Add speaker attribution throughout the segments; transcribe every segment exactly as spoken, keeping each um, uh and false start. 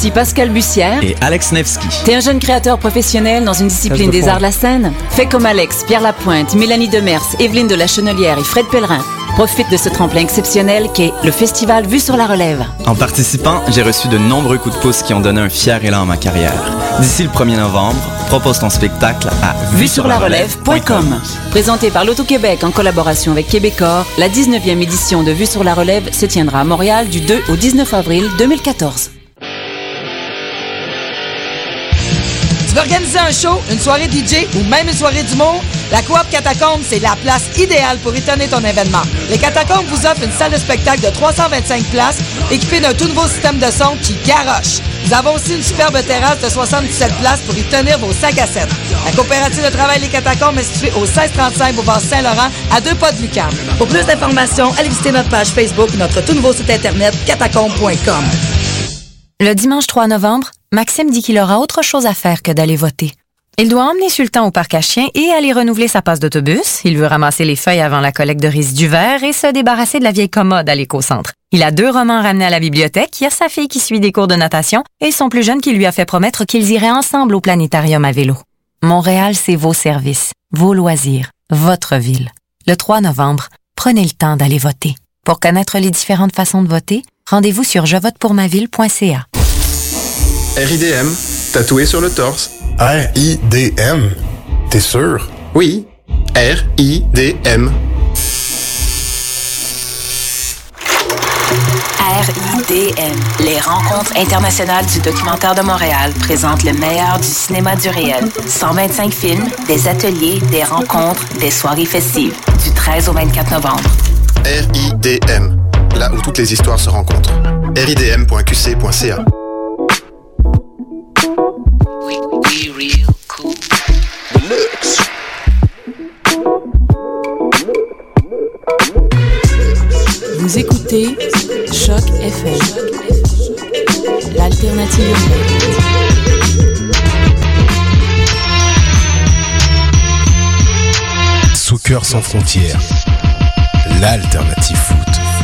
Speaker 1: Ici Pascal Bussière
Speaker 2: et Alex Nevsky.
Speaker 1: T'es un jeune créateur professionnel dans une discipline des arts de la scène? Fais comme Alex, Pierre Lapointe, Mélanie Demers, Evelyne de la Chenelière et Fred Pellerin. Profite de ce tremplin exceptionnel qu'est le festival Vue sur la Relève.
Speaker 2: En participant, j'ai reçu de nombreux coups de pouce qui ont donné un fier élan à ma carrière. D'ici le premier novembre, propose ton spectacle à
Speaker 1: vue sur la relève point com. Présenté par l'Auto-Québec en collaboration avec Québecor, la dix-neuvième édition de Vue sur la Relève se tiendra à Montréal du deux au dix-neuf avril deux mille quatorze.
Speaker 3: Tu veux organiser un show, une soirée D J ou même une soirée d'humour? La Coop Catacombes, c'est la place idéale pour étonner ton événement. Les Catacombes vous offrent une salle de spectacle de trois cent vingt-cinq places équipée d'un tout nouveau système de son qui garoche. Nous avons aussi une superbe terrasse de soixante-dix-sept places pour y tenir vos sacs à sept. La coopérative de travail Les Catacombes est située au seize trente-cinq boulevard Saint-Laurent, à deux pas de l'U Q A M. Pour plus d'informations, allez visiter notre page Facebook ou notre tout nouveau site internet catacombes point com.
Speaker 4: Le dimanche trois novembre, Maxime dit qu'il aura autre chose à faire que d'aller voter. Il doit emmener Sultan au parc à chiens et aller renouveler sa passe d'autobus. Il veut ramasser les feuilles avant la collecte de résidus verts et se débarrasser de la vieille commode à l'éco-centre. Il a deux romans ramenés à la bibliothèque, il y a sa fille qui suit des cours de natation et son plus jeune qui lui a fait promettre qu'ils iraient ensemble au planétarium à vélo. Montréal, c'est vos services, vos loisirs, votre ville. Le trois novembre, prenez le temps d'aller voter. Pour connaître les différentes façons de voter, rendez-vous sur je vote pour ma ville point c a.
Speaker 5: R I D M, tatoué sur le torse.
Speaker 6: R I D M? T'es sûr?
Speaker 5: Oui, R I D M.
Speaker 7: R I D M, les Rencontres internationales du documentaire de Montréal, présentent le meilleur du cinéma du réel. cent vingt-cinq films, des ateliers, des rencontres, des soirées festives, du treize au vingt-quatre novembre.
Speaker 5: R I D M, là où toutes les histoires se rencontrent. R I D M point Q C point C A.
Speaker 1: Vous écoutez Choc F M, l'alternative urbaine.
Speaker 6: Soccer sans frontières, l'alternative foot.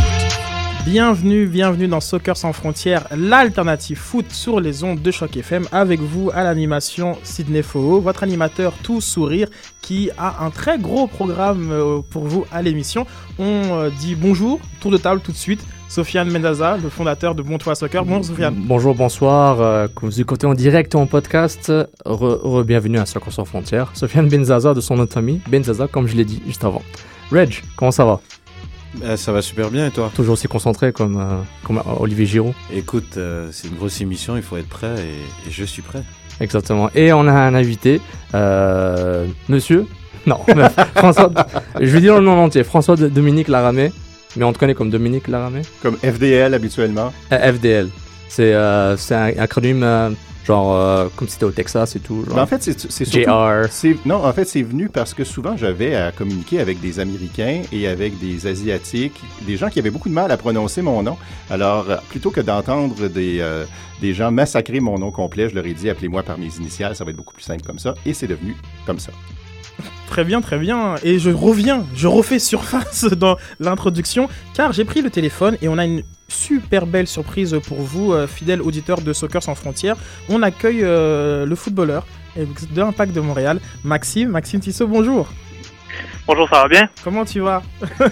Speaker 8: Bienvenue, bienvenue dans Soccer sans frontières, l'alternative foot sur les ondes de Choc F M. Avec vous à l'animation Sidney Foo, votre animateur tout sourire qui a un très gros programme pour vous à l'émission. On dit bonjour, tour de table tout de suite. Sofiane Mendaza, le fondateur de Bon Toit Soccer. Bonjour Sofiane.
Speaker 9: Bonjour, bonsoir. Euh, comme vous écoutez en direct ou en podcast, re, re, bienvenue à Soccer sans frontières. Sofiane Benzaza de son nom de famille, Benzaza comme je l'ai dit juste avant. Reg, comment ça va?
Speaker 10: Euh, ça va super bien et toi?
Speaker 9: Toujours aussi concentré comme, euh, comme Olivier Giroud.
Speaker 10: Écoute, euh, c'est une grosse émission, il faut être prêt et, et je suis prêt.
Speaker 9: Exactement. Et on a un invité, euh, monsieur, non, François, je vais dire le nom entier, François de Dominique Laramé, mais on te connaît comme Dominique Laramé.
Speaker 11: Comme F D L habituellement.
Speaker 9: Euh, F D L, c'est, euh, c'est un acronyme euh, genre euh, comme si c'était au Texas et tout. Genre.
Speaker 11: Mais en fait, c'est, c'est surtout... J R. C'est, non, en fait, c'est venu parce que souvent, j'avais à communiquer avec des Américains et avec des Asiatiques, des gens qui avaient beaucoup de mal à prononcer mon nom. Alors, plutôt que d'entendre des, euh, des gens massacrer mon nom complet, je leur ai dit, appelez-moi par mes initiales, ça va être beaucoup plus simple comme ça. Et c'est devenu comme ça.
Speaker 8: Très bien, très bien. Et je reviens, je refais surface dans l'introduction, car j'ai pris le téléphone et on a une super belle surprise pour vous, euh, fidèles auditeurs de Soccer sans frontières. On accueille euh, le footballeur de l'Impact de Montréal, Maxime. Maxime Tissot, bonjour.
Speaker 12: Bonjour, ça va bien?
Speaker 8: Comment tu vas?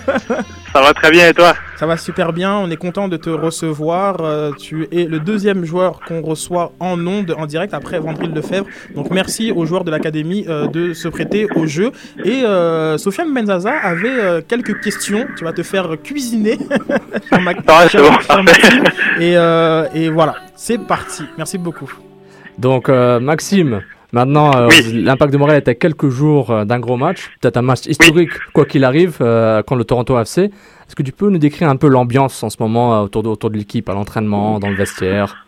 Speaker 12: Ça va très bien et toi?
Speaker 8: Ça va super bien, on est content de te recevoir. Euh, tu es le deuxième joueur qu'on reçoit en ondes, en direct, après Vandril Lefebvre. Donc merci aux joueurs de l'Académie euh, de se prêter au jeu. Et euh, Sofiane Benzaza avait euh, quelques questions. Tu vas te faire cuisiner. ma...
Speaker 12: ouais, c'est bon,
Speaker 8: Maxime. Et, euh, et voilà, c'est parti. Merci beaucoup.
Speaker 9: Donc euh, Maxime, maintenant, euh,
Speaker 12: oui.
Speaker 9: l'Impact de Montréal est à quelques jours euh, d'un gros match, peut-être un match historique, oui. quoi qu'il arrive, euh, contre le Toronto F C. Est-ce que tu peux nous décrire un peu l'ambiance en ce moment euh, autour, de, autour de l'équipe, à l'entraînement, dans le vestiaire?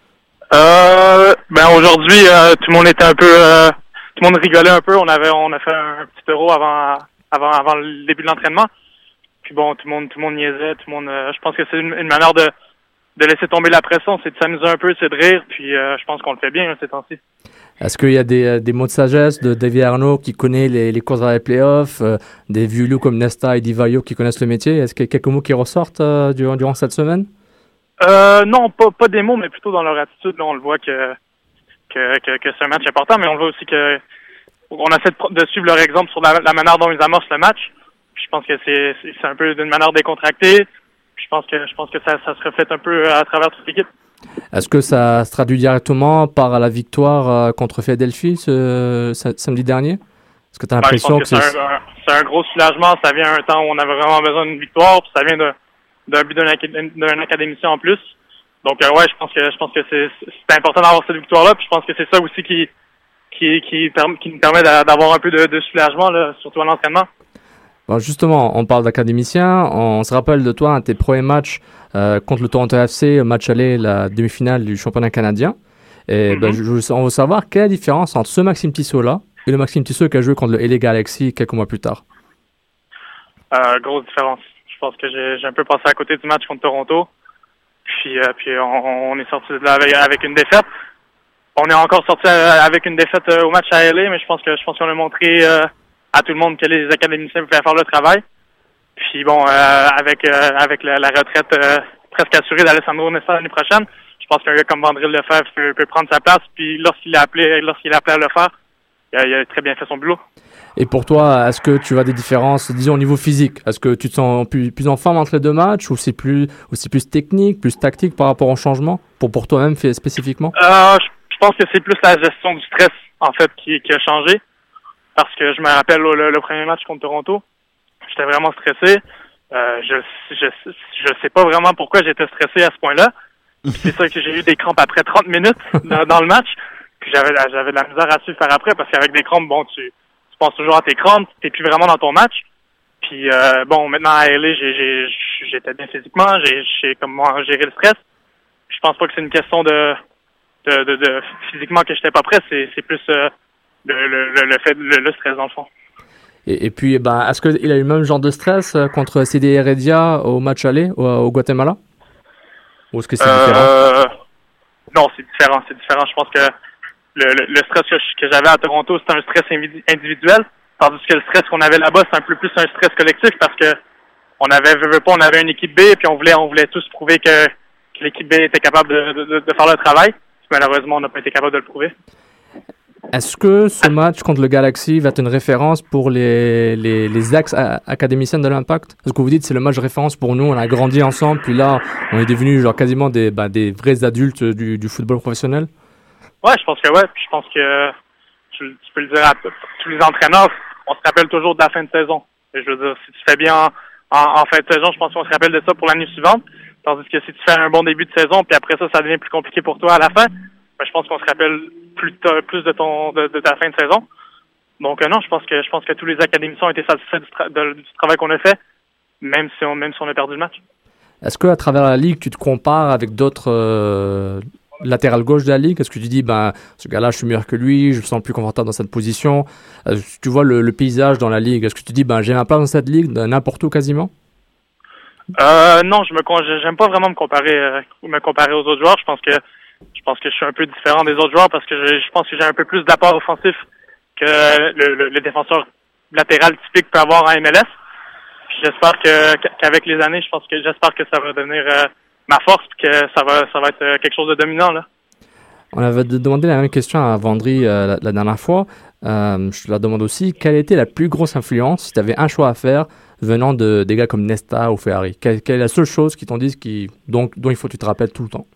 Speaker 12: euh, ben Aujourd'hui, euh, tout le monde était un peu... Euh, tout le monde rigolait un peu. On avait on a fait un petit euro avant, avant, avant le début de l'entraînement. Puis bon, tout le monde, tout le monde niaisait. Tout le monde, euh, je pense que c'est une, une manière de, de laisser tomber la pression. C'est de s'amuser un peu, c'est de rire. Puis euh, je pense qu'on le fait bien hein, ces temps-ci.
Speaker 9: Est-ce qu'il y a des, des mots de sagesse de David Arnaud qui connaît les, les courses vers les playoffs, euh, des vieux loups comme Nesta et Divayo qui connaissent le métier? Est-ce qu'il y a quelques mots qui ressortent euh, durant, durant cette semaine?
Speaker 12: Euh, non, pas, pas des mots, mais plutôt dans leur attitude. Là, on le voit que, que, que, que c'est un match important, mais on le voit aussi que on essaie de, de suivre leur exemple sur la, la manière dont ils amorcent le match. Puis je pense que c'est, c'est, c'est un peu d'une manière décontractée. Puis je pense que je pense que ça, ça se reflète un peu à travers toute l'équipe.
Speaker 9: Est-ce que ça se traduit directement par la victoire euh, contre Philadelphie ce, ce samedi dernier? Est-ce que tu as l'impression
Speaker 12: ben, que, que c'est, c'est, un, un, c'est un gros soulagement? Ça vient à un temps où on avait vraiment besoin d'une victoire, puis ça vient de d'un but d'un, d'un académicien en plus. Donc euh, ouais, je pense que je pense que c'est, c'est important d'avoir cette victoire-là. Puis je pense que c'est ça aussi qui qui qui, qui nous permet d'avoir un peu de, de soulagement là, surtout à l'entraînement.
Speaker 9: Bon, justement, on parle d'académicien. On se rappelle de toi, un de tes premiers matchs euh, contre le Toronto F C, match aller, la demi-finale du championnat canadien. Et mm-hmm. ben, je, je, on veut savoir quelle est la différence entre ce Maxime Tissot-là et le Maxime Tissot qui a joué contre le L A Galaxy quelques mois plus tard.
Speaker 12: Euh, grosse différence. Je pense que j'ai, j'ai un peu passé à côté du match contre Toronto. Puis, euh, puis on, on est sorti de là avec, avec une défaite. On est encore sorti avec une défaite euh, au match à L A, mais je pense que je pense qu'on a montré euh, à tout le monde que les académiciens pouvaient faire le travail. Puis bon, euh, avec euh, avec la, la retraite euh, presque assurée d'Alessandro Nesta l'année prochaine, je pense qu'un gars comme Vandril Lefebvre peut, peut prendre sa place. Puis lorsqu'il a appelé, lorsqu'il a appelé à le faire, il a, il a très bien fait son boulot.
Speaker 9: Et pour toi, est-ce que tu as des différences, disons au niveau physique? Est-ce que tu te sens plus, plus en forme entre les deux matchs, ou c'est plus, ou c'est plus technique, plus tactique par rapport au changement, pour, pour toi-même fait, spécifiquement?
Speaker 12: Euh, je, je pense que c'est plus la gestion du stress, en fait, qui, qui a changé. Parce que je me rappelle le, le premier match contre Toronto, j'étais vraiment stressé. Euh, je, je, je sais pas vraiment pourquoi j'étais stressé à ce point-là. Puis c'est ça que j'ai eu des crampes après trente minutes dans, dans le match. Puis j'avais, j'avais de la misère à suivre par après, parce qu'avec des crampes, bon, tu... tu penses toujours à tes crampes, t'es plus vraiment dans ton match. Puis euh, bon, maintenant à L A, j'ai, j'ai, j'étais bien physiquement, j'ai, j'ai comment gérer le stress. Je pense pas que c'est une question de de, de, de physiquement que j'étais pas prêt, c'est, c'est plus euh, le, le, le fait le, le stress dans le fond.
Speaker 9: Et, et puis, ben, est-ce qu'il a eu le même genre de stress contre C D Heredia au match aller au, au Guatemala? Ou est-ce que c'est
Speaker 12: euh,
Speaker 9: différent?
Speaker 12: Non, c'est différent, c'est différent. Je pense que Le, le, le stress que, que j'avais à Toronto, c'était un stress individuel, tandis que le stress qu'on avait là-bas, c'est un peu plus un stress collectif, parce que on avait, veux, veux pas, on avait une équipe B, puis on voulait, on voulait tous prouver que, que l'équipe B était capable de, de, de faire le travail. Malheureusement, on n'a pas été capable de le prouver.
Speaker 9: Est-ce que ce match contre le Galaxy va être une référence pour les, les, les ex-académiciens de l'Impact? Parce que vous dites, c'est le match de référence pour nous, on a grandi ensemble, puis là, on est devenus genre quasiment des, bah, des vrais adultes du, du football professionnel.
Speaker 12: Ouais, je pense que ouais. Puis je pense que tu, tu peux le dire à tous les entraîneurs, on se rappelle toujours de la fin de saison. Et je veux dire, si tu fais bien en, en, en fin de saison, je pense qu'on se rappelle de ça pour l'année suivante. Tandis que si tu fais un bon début de saison, puis après ça, ça devient plus compliqué pour toi à la fin, ben, je pense qu'on se rappelle plus, plus de ton de, de ta fin de saison. Donc euh, non, je pense que je pense que tous les académiciens ont été satisfaits du, tra- de, du travail qu'on a fait, même si on même si on a perdu le match.
Speaker 9: Est-ce que à travers la ligue, tu te compares avec d'autres euh, latéral gauche de la ligue? Est-ce que tu dis, ben, ce gars-là, je suis meilleur que lui, je me sens plus confortable dans cette position? Est-ce que tu vois le, le paysage dans la ligue? Est-ce que tu dis, ben, j'ai ma place dans cette ligue, n'importe où quasiment?
Speaker 12: Euh, non, je me, j'aime pas vraiment me comparer, euh, me comparer aux autres joueurs. Je pense que, je pense que je suis un peu différent des autres joueurs, parce que je, je pense que j'ai un peu plus d'apport offensif que le, le, le défenseur latéral typique peut avoir en M L S. Puis j'espère que, qu'avec les années, je pense que, j'espère que ça va devenir, euh, ma force, que ça va, ça va être quelque chose de dominant, là.
Speaker 9: On avait demandé la même question à Vandry euh, la, la dernière fois. Euh, je te la demande aussi. Quelle était la plus grosse influence, si tu avais un choix à faire, venant de des gars comme Nesta ou Ferrari? Quelle, quelle est la seule chose qu'ils t'ont dit qui, dont, dont il faut que tu te rappelles tout le temps?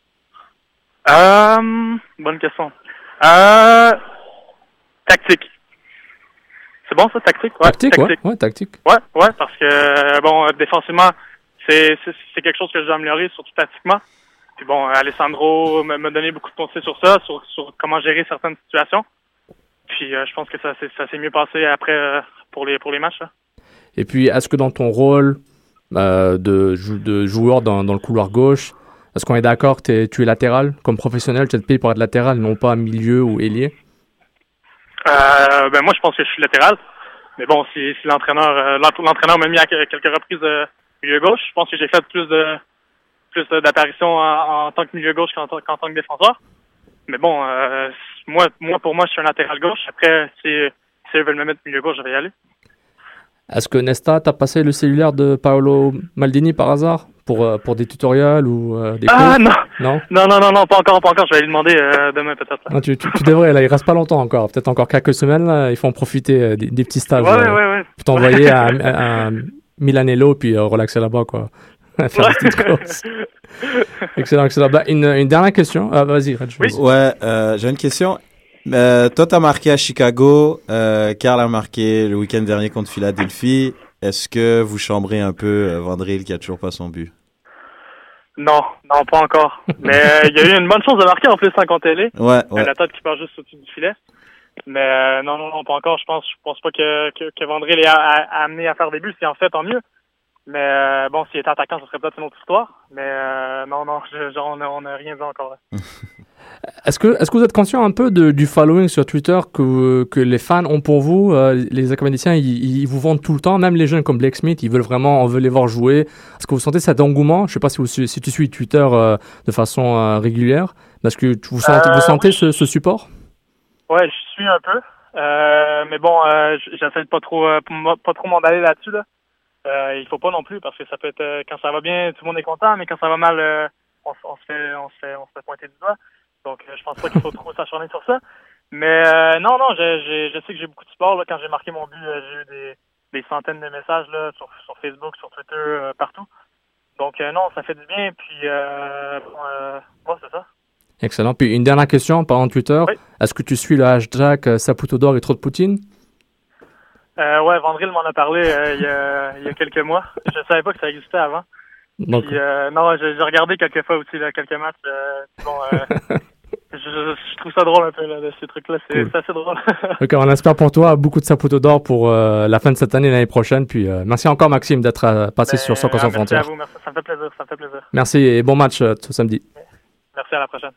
Speaker 12: Euh, bonne question. Euh, tactique. C'est bon ça, tactique? Ouais,
Speaker 9: tactique, tactique. Ouais, ouais, tactique.
Speaker 12: Ouais, ouais, parce que, bon, défensivement, c'est, c'est, c'est quelque chose que je dois améliorer, surtout tactiquement. Puis bon, Alessandro m'a donné beaucoup de conseils sur ça, sur, sur comment gérer certaines situations. Puis euh, je pense que ça, ça s'est mieux passé après euh, pour les pour les matchs. Là.
Speaker 9: Et puis, est-ce que dans ton rôle euh, de, de joueur dans, dans le couloir gauche, est-ce qu'on est d'accord que tu es latéral? Comme professionnel, tu es payé pour être latéral, non pas milieu ou ailier?
Speaker 12: Euh, ben moi, je pense que je suis latéral. Mais bon, si, si l'entraîneur euh, l'entraîneur m'a mis à quelques reprises euh, milieu gauche, je pense que j'ai fait plus de plus d'apparitions en, en tant que milieu gauche qu'en, qu'en tant que défenseur. Mais bon, euh, moi, moi, pour moi, je suis un latéral gauche. Après, si, si ils veulent me mettre milieu gauche, je vais y aller.
Speaker 9: Est-ce que Nesta t'a passé le cellulaire de Paolo Maldini par hasard pour, euh, pour des tutoriels ou euh, des
Speaker 12: Ah
Speaker 9: cours?
Speaker 12: non.
Speaker 9: Non
Speaker 12: Non, non, non, non, pas encore, pas encore. Je vais lui demander euh, demain peut-être.
Speaker 9: non, tu, tu, tu devrais, là, il reste pas longtemps encore. Peut-être encore quelques semaines, là, il faut en profiter euh, des, des petits stages.
Speaker 12: Ouais,
Speaker 9: euh,
Speaker 12: ouais, ouais.
Speaker 9: Pour t'envoyer à, à, à Milanello, puis euh, relaxer là-bas, quoi. Faire des petites courses. Excellent, excellent. Bah, une, une dernière question. Ah, vas-y, Reg.
Speaker 10: Oui. Ouais, euh, j'ai une question. Euh, toi, t'as marqué à Chicago. Euh, Karl a marqué le week-end dernier contre Philadelphie. Est-ce que vous chambrez un peu euh, Vandril qui a toujours pas son but?
Speaker 12: Non, non, pas encore. Mais il euh, y a eu une bonne chance de marquer en plus hein, contre L A.
Speaker 10: Ouais, ouais.
Speaker 12: Euh, la tête qui part juste au-dessus du filet. Mais euh, non, non, non, pas encore. Je pense, je pense pas que que, que Vandril est à, à, à amené à faire des buts. Si en fait, tant mieux. Mais euh, bon, s'il était attaquant, ce serait peut-être une autre histoire. Mais euh, non, non, je, genre, on n'a on a rien dit encore. Là.
Speaker 9: Est-ce que, est-ce que vous êtes conscient un peu de, du following sur Twitter que, que les fans ont pour vous? Euh, les académiciens, ils, ils vous vendent tout le temps. Même les jeunes comme Blake Smith, ils veulent vraiment, on veut les voir jouer. Est-ce que vous sentez cet engouement? Je ne sais pas si, vous, si tu suis Twitter euh, de façon euh, régulière. Est-ce que vous sentez, euh, vous sentez oui. ce, ce support?
Speaker 12: Ouais, je suis un peu. Euh, mais bon, euh, j'essaie de pas trop, euh, pas trop m'en aller là-dessus, là. Euh, il faut pas non plus parce que ça peut être euh, quand ça va bien tout le monde est content mais quand ça va mal euh, on, on se fait on se fait on se fait pointer du doigt donc euh, je pense pas qu'il faut trop s'acharner sur ça mais euh, non non je, je, je sais que j'ai beaucoup de support là. Quand j'ai marqué mon but euh, j'ai eu des, des centaines de messages là sur, sur Facebook sur Twitter euh, partout donc euh, non ça fait du bien puis euh, bon, euh, bon c'est ça.
Speaker 9: Excellent. Puis une dernière question en parlant de Twitter, oui. Est-ce que tu suis le hashtag euh, Saputo d'or et trop de Poutine?
Speaker 12: Euh, ouais, Vandril m'en a parlé euh, il, y a, il y a quelques mois. Je savais pas que ça existait avant. Donc... Puis, euh, non, j'ai, j'ai regardé quelques fois aussi là, quelques matchs. Euh, bon, euh, je, je trouve ça drôle un peu là, de ces trucs-là. C'est, cool. C'est assez drôle.
Speaker 9: Ok, on espère pour toi beaucoup de Saputo d'or pour euh, la fin de cette année et l'année prochaine. Puis euh, merci encore Maxime d'être euh, passé ben, sur Soccer sans frontières.
Speaker 12: Merci à vous, merci. Ça me fait plaisir, ça me fait plaisir.
Speaker 9: Merci et bon match euh, ce samedi.
Speaker 12: Merci, à la prochaine.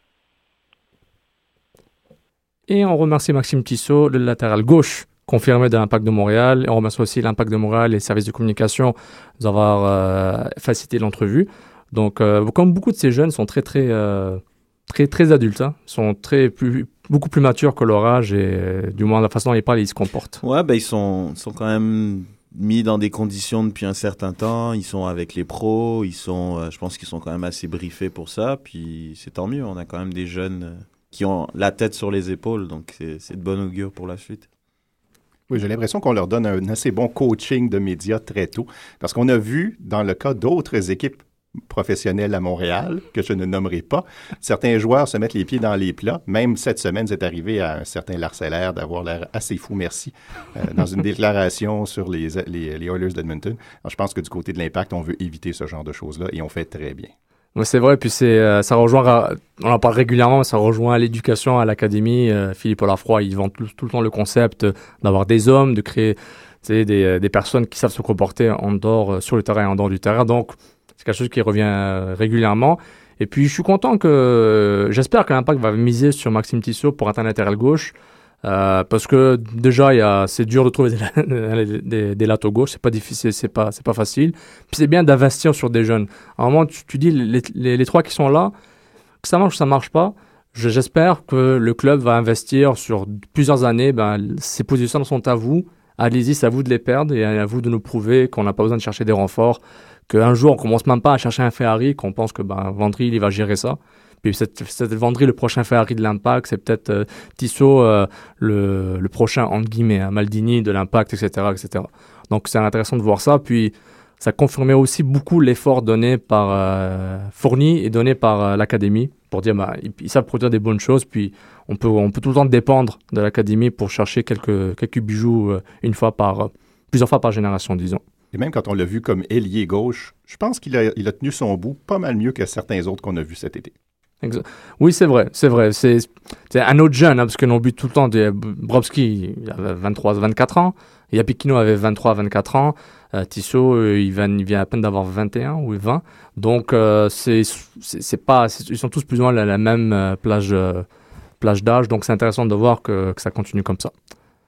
Speaker 9: Et on remercie Maxime Tissot, le latéral gauche confirmé de l'Impact de Montréal. Et on remercie aussi l'Impact de Montréal et les services de communication d'avoir euh, facilité l'entrevue. Donc, euh, comme beaucoup de ces jeunes sont très, très, euh, très, très adultes, hein, sont très, plus, beaucoup plus matures que leur âge et euh, du moins la façon dont ils parlent, ils se comportent.
Speaker 10: Ouais, ben ils sont, sont quand même mis dans des conditions depuis un certain temps. Ils sont avec les pros. Ils sont, euh, je pense qu'ils sont quand même assez briefés pour ça. Puis c'est tant mieux. On a quand même des jeunes euh, qui ont la tête sur les épaules. Donc c'est, c'est de bon augure pour la suite.
Speaker 11: Oui, j'ai l'impression qu'on leur donne un assez bon coaching de médias très tôt. Parce qu'on a vu, dans le cas d'autres équipes professionnelles à Montréal, que je ne nommerai pas, certains joueurs se mettent les pieds dans les plats. Même cette semaine, c'est arrivé à un certain Lars Eller d'avoir l'air assez fou, merci, euh, dans une déclaration sur les, les, les Oilers d'Edmonton. Alors, je pense que du côté de l'Impact, on veut éviter ce genre de choses-là et on fait très bien.
Speaker 9: Oui, c'est vrai, puis c'est, euh, ça rejoint, on en parle régulièrement, ça rejoint à l'éducation, à l'académie. Euh, Philippe Olafroy, ils vendent tout, tout le temps le concept d'avoir des hommes, de créer des, des personnes qui savent se comporter en dehors, euh, sur le terrain et en dehors du terrain. Donc, c'est quelque chose qui revient euh, régulièrement. Et puis, je suis content que, euh, j'espère que l'Impact va miser sur Maxime Tissot pour atteindre latéral gauche. Euh, parce que déjà il y a, c'est dur de trouver des, des, des latéraux gauche, c'est pas difficile, c'est pas, c'est pas facile. Puis c'est bien d'investir sur des jeunes. À un moment, tu, tu dis les, les, les trois qui sont là, que ça marche ou ça marche pas. Je, j'espère que le club va investir sur plusieurs années. Ben, ces positions sont à vous. Allez-y, c'est à vous de les perdre et à vous de nous prouver qu'on n'a pas besoin de chercher des renforts. Qu'un jour on commence même pas à chercher un Ferrari, qu'on pense que ben Vandril il va gérer ça. Puis c'est, c'est Vandril le prochain Ferrari de l'Impact, c'est peut-être euh, Tissot euh, le, le prochain entre guillemets, hein, Maldini de l'Impact, et cetera, et cetera. Donc c'est intéressant de voir ça. Puis ça confirmait aussi beaucoup l'effort donné par euh, fourni et donné par euh, l'académie pour dire bah ils, ils savent produire des bonnes choses. Puis on peut on peut tout le temps dépendre de l'académie pour chercher quelques quelques bijoux euh, une fois par euh, plusieurs fois par génération, disons.
Speaker 11: Et même quand on l'a vu comme ailier gauche, je pense qu'il a il a tenu son bout pas mal mieux que certains autres qu'on a vus cet été.
Speaker 9: Exact. Oui, c'est vrai, c'est vrai. C'est, c'est un autre jeune, hein, parce que nos buts tout le temps, Bobrovski, il avait vingt-trois vingt-quatre ans, Yapikino avait vingt-trois vingt-quatre ans, euh, Tissot, euh, il, vient, il vient à peine d'avoir vingt et un ou vingt. Donc, euh, c'est, c'est, c'est pas, c'est, ils sont tous plus ou moins la, la même euh, plage, euh, plage d'âge, donc c'est intéressant de voir que, que ça continue comme ça.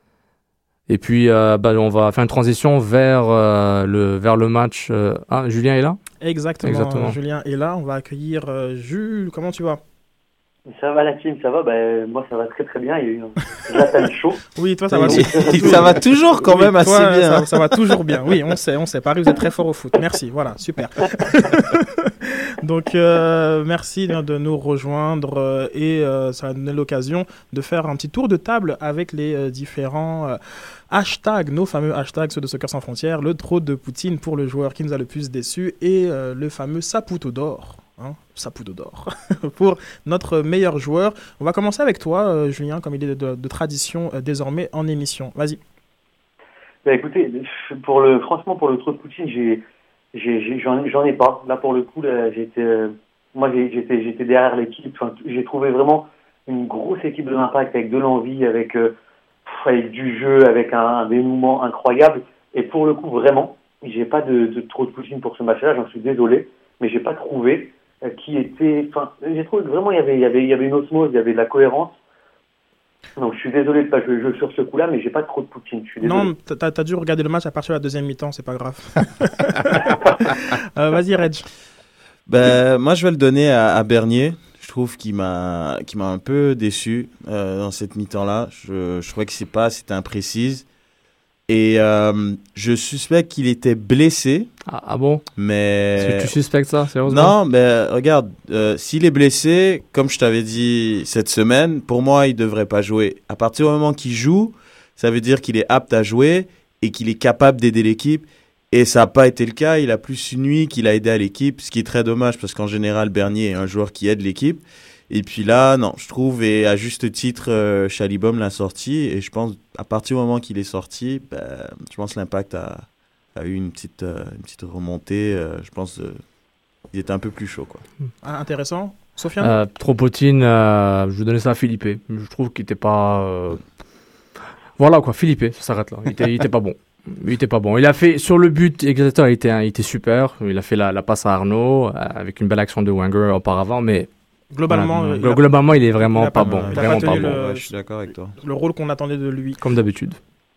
Speaker 9: Et puis, euh, bah, on va faire une transition vers, euh, le, vers le match. Euh... Ah, Julien est là ?
Speaker 8: Exactement, Exactement. Julien est là. On va accueillir euh, Jules. Comment tu vas ?
Speaker 13: Ça va la team, ça va. Ben, moi, ça va très très bien. Il y a eu un Zlatan chaud.
Speaker 8: Oui, toi, ça va.
Speaker 10: Ça va toujours quand
Speaker 8: oui,
Speaker 10: même assez
Speaker 8: toi,
Speaker 10: bien.
Speaker 8: Ça, ça va toujours bien. Oui, on sait, on sait. Paris, vous êtes très fort au foot. Merci. Voilà, super. Donc, euh, merci de nous rejoindre euh, et euh, ça va donner l'occasion de faire un petit tour de table avec les euh, différents euh, hashtags, nos fameux hashtags, ceux de Soccer Sans Frontières, le trot de Poutine pour le joueur qui nous a le plus déçu et euh, le fameux Saputo d'or. Hein, Saputo d'or pour notre meilleur joueur. On va commencer avec toi, euh, Julien, comme il est de, de, de tradition euh, désormais en émission. Vas-y.
Speaker 13: Bah, écoutez, pour le, franchement, pour le trou de Poutine, j'ai, j'ai, j'ai, j'en, j'en ai pas. Là, pour le coup, là, j'étais, euh, moi, j'ai, j'étais, j'étais derrière l'équipe. Enfin, j'ai trouvé vraiment une grosse équipe de l'Impact avec de l'envie, avec, euh, pff, avec du jeu, avec un, un dénouement incroyable. Et pour le coup, vraiment, j'ai pas de, de trop de Poutine pour ce match-là. J'en suis désolé, mais j'ai pas trouvé euh, qui était. Enfin, j'ai trouvé que vraiment il y avait, il y avait, il y avait une osmose, il y avait de la cohérence. Donc je suis désolé de pas jouer le jeu sur ce coup-là, mais j'ai pas trop de Poutine. Je suis désolé.
Speaker 8: Non, t'as, t'as dû regarder le match à partir de la deuxième mi-temps, c'est pas grave. euh, vas-y, Reg.
Speaker 10: Ben, moi, je vais le donner à, à Bernier. Je trouve qu'il m'a, qu'il m'a un peu déçu euh, dans cette mi-temps-là. Je, je trouvais que c'est pas, c'était imprécise. Et euh, je suspecte qu'il était blessé.
Speaker 9: Ah, ah bon?
Speaker 10: Mais...
Speaker 9: Est-ce que tu suspectes ça, sérieusement?
Speaker 10: Non, mais regarde, euh, s'il est blessé, comme je t'avais dit cette semaine, pour moi, il devrait pas jouer. À partir du moment qu'il joue, ça veut dire qu'il est apte à jouer et qu'il est capable d'aider l'équipe. Et ça n'a pas été le cas. Il a plus nui qu'il a aidé à l'équipe, ce qui est très dommage parce qu'en général, Bernier est un joueur qui aide l'équipe. Et puis là, non, je trouve, et à juste titre, euh, Chalibom l'a sorti. Et je pense, à partir du moment qu'il est sorti, ben, je pense que l'Impact a, a eu une petite, euh, une petite remontée. Euh, je pense euh, qu'il était un peu plus chaud, quoi.
Speaker 8: Ah, intéressant. Sofiane
Speaker 9: euh, Trop Poutine, euh, je vais donner ça à Philippe. Je trouve qu'il n'était pas... Euh... Voilà, quoi, Philippe, ça s'arrête là. Il était, il était pas bon. Il était pas bon. Il a fait, sur le but, Exeter, il était, il était super. Il a fait la, la passe à Arnaud, euh, avec une belle action de Wenger auparavant, mais...
Speaker 8: Globalement,
Speaker 9: voilà,
Speaker 8: il a,
Speaker 9: globalement, il est vraiment
Speaker 8: il
Speaker 9: pas,
Speaker 8: pas
Speaker 9: bon.
Speaker 8: Il
Speaker 9: vraiment
Speaker 8: pas,
Speaker 9: pas
Speaker 8: le,
Speaker 9: bon.
Speaker 10: Ouais, je suis d'accord avec toi.
Speaker 8: Le rôle qu'on attendait de lui.
Speaker 9: Comme d'habitude.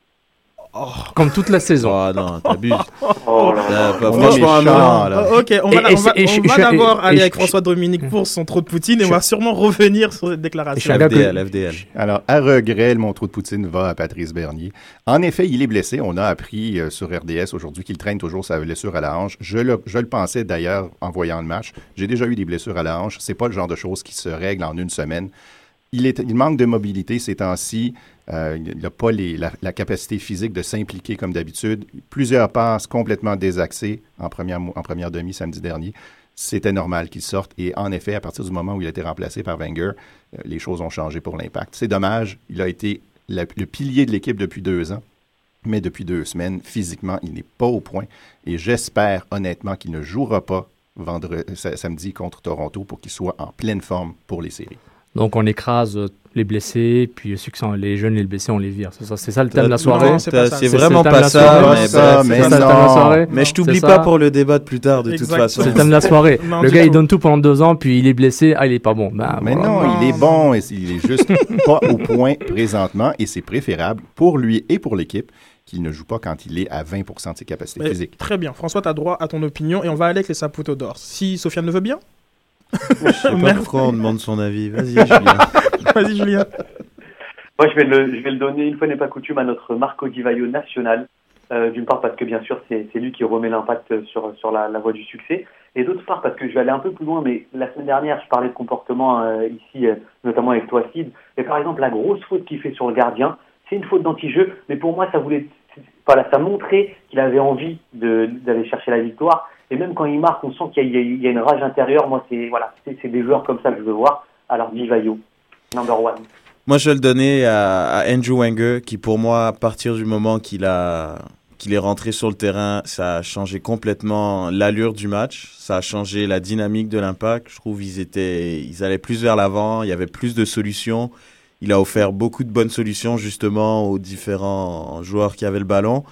Speaker 8: Oh.
Speaker 9: Comme toute la saison.
Speaker 10: Oh non, t'abuses.
Speaker 13: Oh là là.
Speaker 10: Pas, franchement, un moment, là.
Speaker 8: Oh, ok, on
Speaker 9: Et-
Speaker 8: va,
Speaker 9: et
Speaker 8: on va,
Speaker 9: c'est- et
Speaker 8: on
Speaker 9: je-
Speaker 8: va
Speaker 9: je-
Speaker 8: d'abord
Speaker 9: et-
Speaker 8: aller
Speaker 9: et
Speaker 8: avec
Speaker 9: je-
Speaker 8: François Dominique pour son trou de Poutine et
Speaker 9: je-
Speaker 8: on va sûrement revenir sur cette
Speaker 9: Je
Speaker 8: déclaration.
Speaker 9: suis d'accord
Speaker 10: F D L,
Speaker 9: que-
Speaker 10: F D L.
Speaker 11: Alors, à regret, mon trou de Poutine va à Patrice Bernier. En effet, il est blessé. On a appris euh, sur R D S aujourd'hui qu'il traîne toujours sa blessure à la hanche. Je le, je le pensais d'ailleurs en voyant le match. J'ai déjà eu des blessures à la hanche. C'est pas le genre de choses qui se règlent en une semaine. Il, est, il manque de mobilité ces temps-ci. Euh, il n'a pas les, la, la capacité physique de s'impliquer comme d'habitude. Plusieurs passes complètement désaxées en première, en première demi samedi dernier. C'était normal qu'il sorte. Et en effet, à partir du moment où il a été remplacé par Wenger, euh, les choses ont changé pour l'Impact. C'est dommage. Il a été la, le pilier de l'équipe depuis deux ans. Mais depuis deux semaines, physiquement, il n'est pas au point. Et j'espère honnêtement qu'il ne jouera pas vendredi, samedi contre Toronto pour qu'il soit en pleine forme pour les séries.
Speaker 9: Donc, on écrase euh, les blessés, puis ceux qui sont les jeunes et les blessés, on les vire. C'est ça, c'est ça le thème de la soirée.
Speaker 8: Non, c'est pas ça.
Speaker 10: C'est
Speaker 8: C'est-
Speaker 10: vraiment
Speaker 9: c'est le thème
Speaker 10: pas
Speaker 9: de la
Speaker 10: ça,
Speaker 9: soirée.
Speaker 10: mais
Speaker 11: ça,
Speaker 10: bref,
Speaker 11: mais
Speaker 10: c'est
Speaker 9: C'est ça le thème de la
Speaker 11: non.
Speaker 9: soirée.
Speaker 10: Mais je t'oublie
Speaker 9: C'est
Speaker 10: pas
Speaker 9: ça.
Speaker 10: pour le débat de plus tard, de toute
Speaker 8: Exactement.
Speaker 10: façon.
Speaker 9: C'est le thème de la soirée.
Speaker 8: Non,
Speaker 9: Le
Speaker 8: du
Speaker 9: gars,
Speaker 8: tout.
Speaker 9: il donne tout pendant deux ans, puis il est blessé. Ah, il est pas bon. Ben,
Speaker 11: Mais
Speaker 9: voilà.
Speaker 11: non, il est bon, et il est juste pas au point présentement, et c'est préférable pour lui et pour l'équipe qu'il ne joue pas quand il est à vingt pour cent de ses capacités
Speaker 8: Mais
Speaker 11: physiques.
Speaker 8: très bien. François, tu as droit à ton opinion et on va aller avec les Saputo d'or. Si Sofiane le veut bien.
Speaker 10: Je sais pas
Speaker 8: Merde.
Speaker 10: pourquoi on demande son avis. Vas-y, Julien.
Speaker 8: Vas-y, Julien.
Speaker 13: Moi, je vais, le, je vais le donner, une fois n'est pas coutume, à notre Marco Di Vaio national. Euh, d'une part, parce que bien sûr, c'est, c'est lui qui remet l'impact sur, sur la, la voie du succès. Et d'autre part, parce que je vais aller un peu plus loin, mais la semaine dernière, je parlais de comportement euh, ici, euh, notamment avec toi, Sid. Et par exemple, la grosse faute qu'il fait sur le gardien, c'est une faute d'anti-jeu, mais pour moi, ça voulait, voilà, ça montrait qu'il avait envie de, d'aller chercher la victoire. Et même quand il marque, on sent qu'il y a, il y a une rage intérieure. Moi, c'est, voilà, c'est, c'est des joueurs comme ça que je veux voir. Alors, Di Vaio, number one.
Speaker 10: Moi, je vais le donner à, à Andrew Wenger, qui pour moi, à partir du moment qu'il a, qu'il est rentré sur le terrain, ça a changé complètement l'allure du match. Ça a changé la dynamique de l'Impact. Je trouve qu'ils étaient, ils allaient plus vers l'avant. Il y avait plus de solutions. Il a offert beaucoup de bonnes solutions, justement, aux différents joueurs qui avaient le ballon.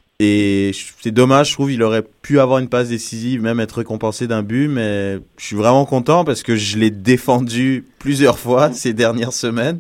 Speaker 10: Et c'est dommage, je trouve, il aurait pu avoir une passe décisive, même être récompensé d'un but, mais je suis vraiment content parce que je l'ai défendu plusieurs fois ces dernières semaines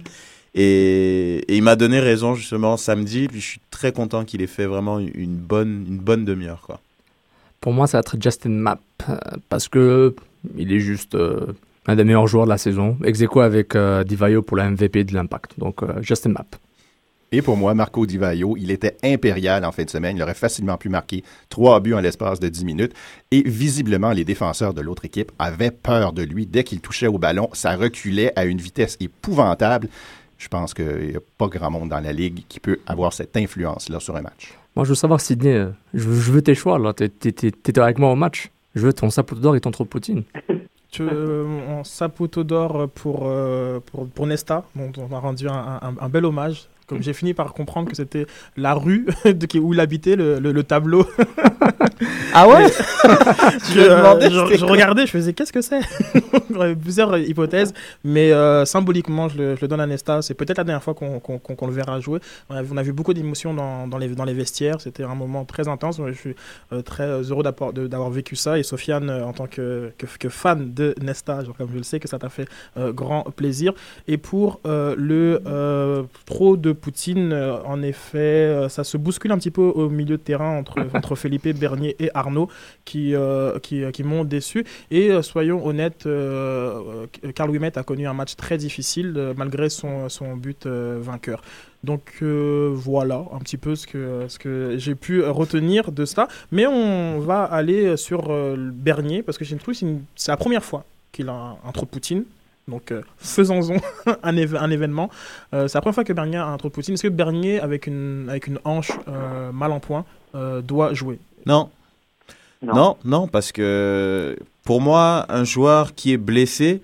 Speaker 10: et, et il m'a donné raison justement samedi, puis je suis très content qu'il ait fait vraiment une bonne, une bonne demi-heure, quoi.
Speaker 9: Pour moi, ça va être Justin Mapp, euh, parce que il est juste... Euh, Un des meilleurs joueurs de la saison, ex aequo avec euh, Di Vaio pour la M V P de l'Impact. Donc, euh, Justin Mapp.
Speaker 11: Et pour moi, Marco Di Vaio, il était impérial en fin de semaine. Il aurait facilement pu marquer trois buts en l'espace de dix minutes. Et visiblement, les défenseurs de l'autre équipe avaient peur de lui. Dès qu'il touchait au ballon, ça reculait à une vitesse épouvantable. Je pense qu'il n'y a pas grand monde dans la Ligue qui peut avoir cette influence-là sur un match.
Speaker 9: Moi, je veux savoir, Sidney, euh, je, veux, je veux tes choix. Là. T'es, t'es, t'es, t'étais avec moi au match. Je veux ton Saputo d'or et ton Poutine.
Speaker 8: Tu veux mon Saputo d'or pour, euh, pour, pour Nesta, dont on m'a rendu un, un, un bel hommage. Comme j'ai fini par comprendre que c'était la rue de, où il habitait, le, le, le tableau.
Speaker 10: Ah ouais?
Speaker 8: je, euh, je, je regardais, je faisais qu'est-ce que c'est? Plusieurs hypothèses, mais euh, symboliquement, je le, je le donne à Nesta. C'est peut-être la dernière fois qu'on, qu'on, qu'on, qu'on le verra jouer. On a, on a vu beaucoup d'émotions dans, dans, les, dans les vestiaires. C'était un moment très intense. Je suis euh, très heureux d'avoir, de, d'avoir vécu ça. Et Sofiane, euh, en tant que, que, que fan de Nesta, genre, comme je le sais, que ça t'a fait euh, grand plaisir. Et pour euh, le euh, pro de Poutine, euh, en effet, euh, ça se bouscule un petit peu au milieu de terrain entre, entre Felipe, Bernier et Arnaud qui, euh, qui, qui m'ont déçu. Et euh, soyons honnêtes, euh, Carl Ouimet a connu un match très difficile euh, malgré son, son but euh, vainqueur. Donc euh, voilà un petit peu ce que, ce que j'ai pu retenir de ça. Mais on va aller sur euh, Bernier parce que j'ai trouvé que c'est, une, c'est la première fois qu'il a un, un trop de Poutine. Donc, euh, faisons-en un, éve- un événement. Euh, c'est la première fois que Bernier a un trop de Poutine. Est-ce que Bernier, avec une, avec une hanche euh, mal en point, euh, doit jouer?
Speaker 10: Non. non. Non, non, parce que pour moi, un joueur qui est blessé,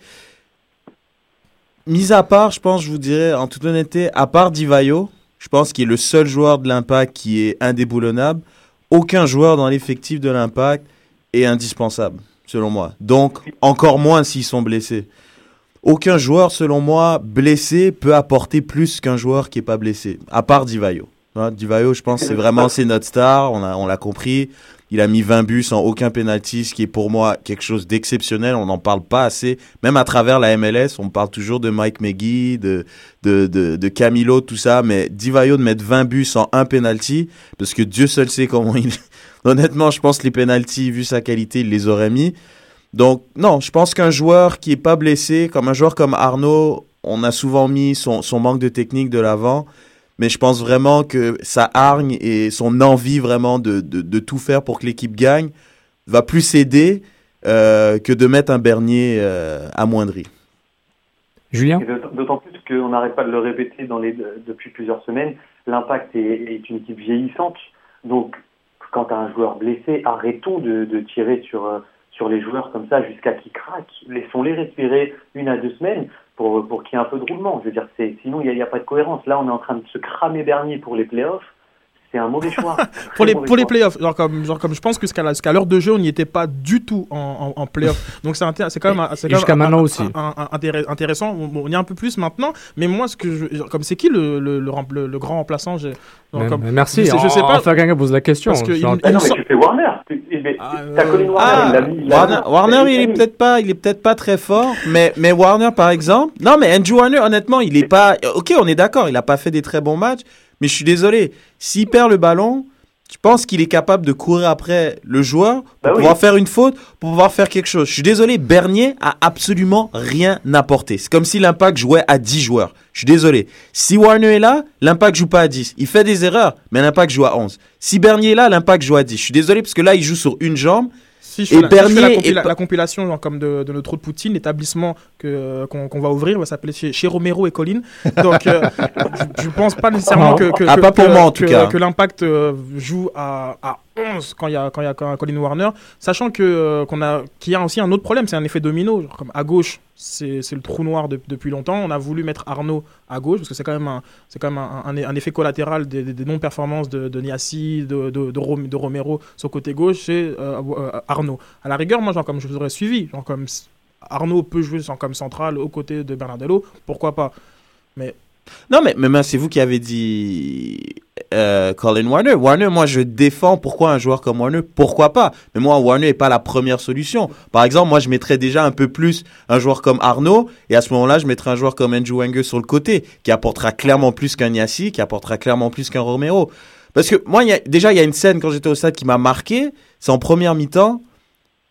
Speaker 10: mis à part, je pense, je vous dirais, en toute honnêteté, à part Di Vaio, je pense qu'il est le seul joueur de l'Impact qui est indéboulonnable. Aucun joueur dans l'effectif de l'Impact est indispensable, selon moi. Donc, encore moins s'ils sont blessés. Aucun joueur, selon moi, blessé peut apporter plus qu'un joueur qui n'est pas blessé, à part Di Vaio. Hein, Di Vaio, je pense, c'est vraiment c'est notre star, on, a, on l'a compris. Il a mis vingt buts sans aucun penalty, ce qui est pour moi quelque chose d'exceptionnel. On n'en parle pas assez. Même à travers la M L S, on parle toujours de Mike Magee, de, de, de, de Camilo, tout ça. Mais Di Vaio de mettre vingt buts sans un penalty, parce que Dieu seul sait comment il... Honnêtement, je pense que les penalties, vu sa qualité, il les aurait mis. Donc, non, je pense qu'un joueur qui n'est pas blessé, comme un joueur comme Arnaud, on a souvent mis son, son manque de technique de l'avant, mais je pense vraiment que sa hargne et son envie vraiment de, de, de tout faire pour que l'équipe gagne va plus aider euh, que de mettre un Bernier euh, amoindri.
Speaker 9: Julien?
Speaker 13: D'autant plus qu'on n'arrête pas de le répéter dans les, depuis plusieurs semaines, l'Impact est, est une équipe vieillissante, donc quand tu as un joueur blessé, arrêtons de, de tirer sur... Euh, sur les joueurs comme ça jusqu'à qu'ils craquent. Laissons-les respirer une à deux semaines pour, pour qu'il y ait un peu de roulement. Je veux dire, c'est, sinon, il n'y a, a pas de cohérence. Là, on est en train de se cramer Bernier pour les playoffs. C'est un mauvais choix.
Speaker 8: pour les, pour les playoffs, genre comme, genre comme je pense que jusqu'à, la, jusqu'à l'heure de jeu, on n'y était pas du tout en, en, en playoffs. Donc c'est, intér- c'est quand même, c'est quand
Speaker 9: jusqu'à
Speaker 8: même
Speaker 9: maintenant
Speaker 8: un,
Speaker 9: aussi.
Speaker 8: Un, un, un, intéress- intéressant. On, on y est un peu plus maintenant. Mais moi, ce que je, genre, comme c'est qui le, le, le, le, le grand remplaçant j'ai, genre,
Speaker 9: mais,
Speaker 8: comme,
Speaker 9: mais Merci.
Speaker 8: Je sais, je sais pas.
Speaker 9: Enfin, quelqu'un pose la question.
Speaker 13: Parce que il, il, ah non, mais tu fais Warner.
Speaker 10: Ah, T'as Colin Warner, ah, il l'a mis, il l'a Warner, mis. Warner, il est peut-être pas, il est peut-être pas très fort, mais mais Warner par exemple, non mais Andrew Warner, honnêtement, il est pas, ok, on est d'accord, il a pas fait des très bons matchs, mais je suis désolé, s'il perd le ballon, je pense qu'il est capable de courir après le joueur pour bah pouvoir oui. faire une faute, pour pouvoir faire quelque chose. Je suis désolé, Bernier a absolument rien apporté. C'est comme si l'Impact jouait à dix joueurs. Je suis désolé. Si Warner est là, l'Impact joue pas à dix. Il fait des erreurs, mais l'Impact joue à onze. Si Bernier est là, l'Impact joue à dix. Je suis désolé parce que là, il joue sur une jambe.
Speaker 8: Si je fais, et la, Bernier si je fais la, compila- est... la compilation genre, comme de, de notre trou de Poutine, l'établissement que, qu'on, qu'on va ouvrir va s'appeler chez, chez Romero et Colin. Donc, euh, je ne pense pas nécessairement que, que,
Speaker 10: ah,
Speaker 8: que,
Speaker 10: pas pour
Speaker 8: que,
Speaker 10: moi, en tout
Speaker 8: que,
Speaker 10: cas.
Speaker 8: que l'Impact euh, joue à, à onze quand il y a, quand il y a quand Colin Warner, sachant que, euh, qu'on a, qu'il y a aussi un autre problème, c'est un effet domino. Genre, comme à gauche, c'est, c'est le trou noir de, depuis longtemps. On a voulu mettre Arnaud à gauche parce que c'est quand même un, c'est quand même un, un, un effet collatéral des, des, des non-performances de, de Niassi, de, de, de, Rom, de Romero sur le côté gauche, c'est euh, euh, Arnaud. À la rigueur, moi, genre, comme je vous aurais suivi, genre, comme Arnaud peut jouer genre, comme central aux côtés de Bernardello, pourquoi pas. Mais
Speaker 10: non, mais, mais c'est vous qui avez dit euh, Colin Warner. Warner, moi, je défends pourquoi un joueur comme Warner, pourquoi pas. Mais moi, Warner n'est pas la première solution. Par exemple, moi, je mettrais déjà un peu plus un joueur comme Arnaud, et à ce moment-là, je mettrais un joueur comme Andrew Wenger sur le côté, qui apportera clairement plus qu'un Niassi, qui apportera clairement plus qu'un Romero. Parce que moi, y a, déjà, il y a une scène quand j'étais au stade qui m'a marqué, c'est en première mi-temps.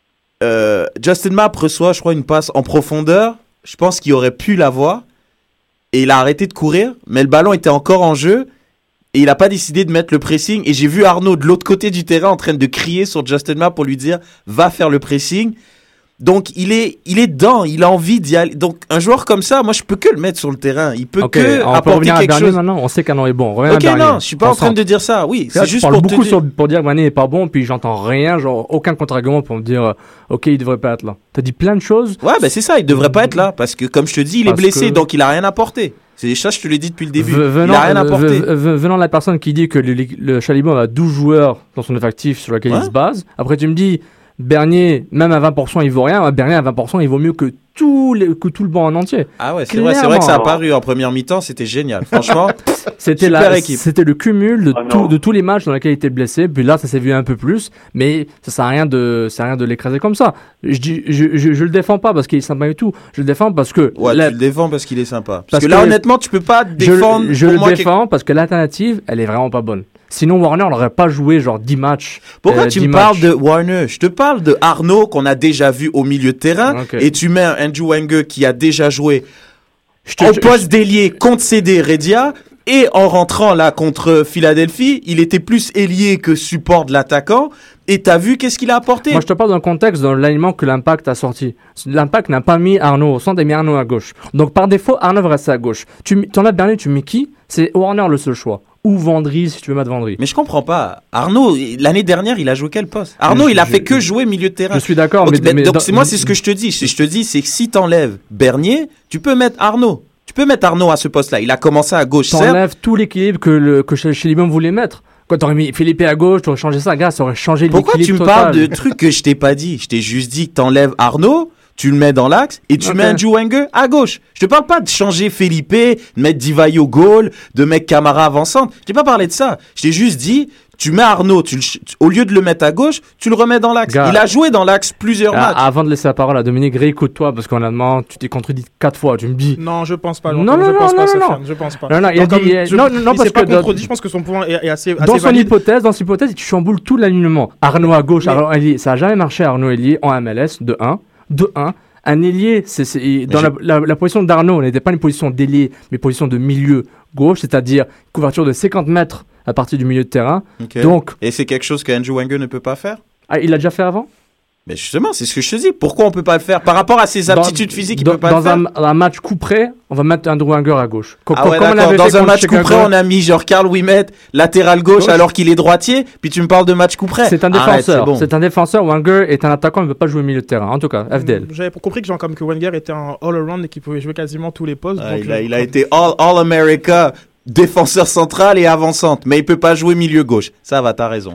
Speaker 10: euh, Justin Mapp reçoit, je crois, une passe en profondeur. Je pense qu'il aurait pu l'avoir. Et il a arrêté de courir, mais le ballon était encore en jeu. Et il n'a pas décidé de mettre le pressing. Et j'ai vu Arnaud de l'autre côté du terrain en train de crier sur Justin Mapp pour lui dire « Va faire le pressing ». Donc, il est, il est dedans, il a envie d'y aller. Donc, un joueur comme ça, moi, je peux que le mettre sur le terrain. Il peut
Speaker 9: okay,
Speaker 10: que
Speaker 9: on
Speaker 10: apporter
Speaker 9: peut
Speaker 10: quelque chose.
Speaker 9: Maintenant, on sait qu'Arnaud est bon. On
Speaker 10: ok, non, je suis pas en train de dire ça. Oui,
Speaker 9: là,
Speaker 10: c'est juste
Speaker 9: pour
Speaker 10: te
Speaker 9: beaucoup
Speaker 10: dire.
Speaker 9: Sur, pour dire que Bernier n'est pas bon, puis j'entends rien, genre aucun contre-argument pour me dire euh, ok, il devrait pas être là. T'as dit plein de choses.
Speaker 10: Ouais, ben c'est ça, il devrait pas être là parce que, comme je te dis, il
Speaker 9: parce
Speaker 10: est blessé,
Speaker 9: que...
Speaker 10: donc il a rien apporté. C'est ça, je te l'ai dit depuis le début.
Speaker 9: Venant,
Speaker 10: il a rien apporté.
Speaker 9: Venant de la personne qui dit que le, le Chalibon a douze joueurs dans son effectif sur lequel ouais. il se base. Après, tu me dis. Bernier, même à vingt pour cent, il vaut rien. Bernier, à vingt pour cent, il vaut mieux que tout, les, que tout le banc en entier.
Speaker 10: Ah ouais, c'est vrai, c'est vrai que ça a paru en première mi-temps, c'était génial. Franchement,
Speaker 9: c'était
Speaker 10: super
Speaker 9: la,
Speaker 10: équipe.
Speaker 9: C'était le cumul de,
Speaker 10: ah
Speaker 9: tout, de tous les matchs dans lesquels il était blessé. Puis là, ça s'est vu un peu plus. Mais ça sert à rien de, ça sert à rien de l'écraser comme ça. Je, dis, je, je, je le défends pas parce qu'il est sympa et tout. Je le défends parce que.
Speaker 10: Ouais,
Speaker 9: la...
Speaker 10: tu le défends parce qu'il est sympa. Parce, parce
Speaker 9: que,
Speaker 10: que là, honnêtement, tu peux pas défendre.
Speaker 9: Je, je le défends que... parce que l'alternative, elle est vraiment pas bonne. Sinon, Warner n'aurait pas joué genre dix matchs.
Speaker 10: Pourquoi
Speaker 9: euh,
Speaker 10: tu me parles de Warner? Je te parle de Arnaud qu'on a déjà vu au milieu de terrain. Okay. Et tu mets un Andrew Wenger qui a déjà joué te, au poste d'ailier contre C D Redia. Et en rentrant là contre Philadelphie, il était plus ailier que support de l'attaquant. Et t'as vu qu'est-ce qu'il a apporté?
Speaker 9: Moi, je te parle d'un contexte dans l'alignement que l'Impact a sorti. L'Impact n'a pas mis Arnaud au centre et mis Arnaud à gauche. Donc, par défaut, Arnaud va rester à gauche. Tu en as Bernier, tu mets qui? C'est Warner le seul choix. Ou Vendry, si tu veux mettre Vendry.
Speaker 10: Mais je comprends pas. Arnaud, l'année dernière, il a joué quel poste? Arnaud, je, il a je, fait que jouer milieu de terrain.
Speaker 9: Je suis d'accord.
Speaker 10: Donc,
Speaker 9: mais, mais
Speaker 10: donc
Speaker 9: dans,
Speaker 10: c'est, moi, c'est ce que je te dis. Je te dis, c'est que si t'enlèves Bernier, tu peux mettre Arnaud. Tu peux mettre Arnaud à ce poste-là. Il a commencé à gauche.
Speaker 9: T'enlèves certes. Tout l'équilibre que, le, que Chalibon voulait mettre. Quand t'aurais mis Philippe à gauche, t'aurais changé ça, gars, ça aurait changé l'équilibre.
Speaker 10: Pourquoi tu me
Speaker 9: total.
Speaker 10: parles de trucs que je t'ai pas dit? Je t'ai juste dit que t'enlèves Arnaud, tu le mets dans l'axe et tu okay. mets Andrew Wenger à gauche. Je te parle pas de changer Felipe, de mettre Divayo au goal, de mettre Camara avançante. Je t'ai pas parlé de ça. Je t'ai juste dit, tu mets Arnaud, tu le, au lieu de le mettre à gauche, tu le remets dans l'axe. Gars, il a joué dans l'axe plusieurs
Speaker 9: à,
Speaker 10: matchs.
Speaker 9: Avant de laisser la parole à Dominique, réécoute-toi parce qu'honnêtement, tu t'es contredit quatre fois. Tu me dis.
Speaker 8: Non, je pense pas.
Speaker 9: Non, non,
Speaker 8: je
Speaker 9: non,
Speaker 8: pense
Speaker 9: non,
Speaker 8: pas,
Speaker 9: non,
Speaker 8: Sofiane,
Speaker 9: non.
Speaker 8: je pense pas.
Speaker 9: Non, non, il a dit,
Speaker 8: comme, je,
Speaker 9: non, non,
Speaker 8: il
Speaker 9: parce
Speaker 8: pas
Speaker 9: que
Speaker 8: contredit. Je pense que son point est, est assez, assez
Speaker 9: dans son
Speaker 8: valide.
Speaker 9: hypothèse, dans son hypothèse, tu chamboules tout l'alignement. Arnaud à gauche, Arnaud ailier, ça a jamais marché. Arnaud ailier en M L S de un, de un. Un ailier, c'est, c'est dans la, la, la position d'Arnaud, n'était pas une position d'ailier, mais une position de milieu gauche, c'est-à-dire couverture de cinquante mètres à partir du milieu de terrain.
Speaker 10: Okay.
Speaker 9: Donc,
Speaker 10: et c'est quelque chose que Andrew Wenger ne peut pas faire?
Speaker 9: Ah, il l'a déjà fait avant?
Speaker 10: Mais justement, c'est ce que je te dis. Pourquoi on peut pas le faire? Par rapport à ses aptitudes
Speaker 9: dans,
Speaker 10: physiques, il
Speaker 9: dans,
Speaker 10: peut pas
Speaker 9: dans
Speaker 10: le faire.
Speaker 9: Dans un, un match coup près, on va mettre Andrew Wenger à gauche.
Speaker 10: Co- ah ouais, comme d'accord. Dans un match coup près, on a mis genre Carl Ouimet latéral gauche, gauche alors qu'il est droitier. Puis tu me parles de match coup près.
Speaker 9: C'est un défenseur. Arrête, c'est, bon. c'est un défenseur. Wenger est un attaquant, il ne veut pas jouer au milieu de terrain. En tout cas, F D L.
Speaker 8: J'avais compris que genre comme que Wenger était un all-around et qu'il pouvait jouer quasiment tous les postes.
Speaker 10: Ah,
Speaker 8: donc
Speaker 10: il, a, il a été all, all America, défenseur central et avançante, mais il peut pas jouer milieu gauche. Ça va, t'as raison.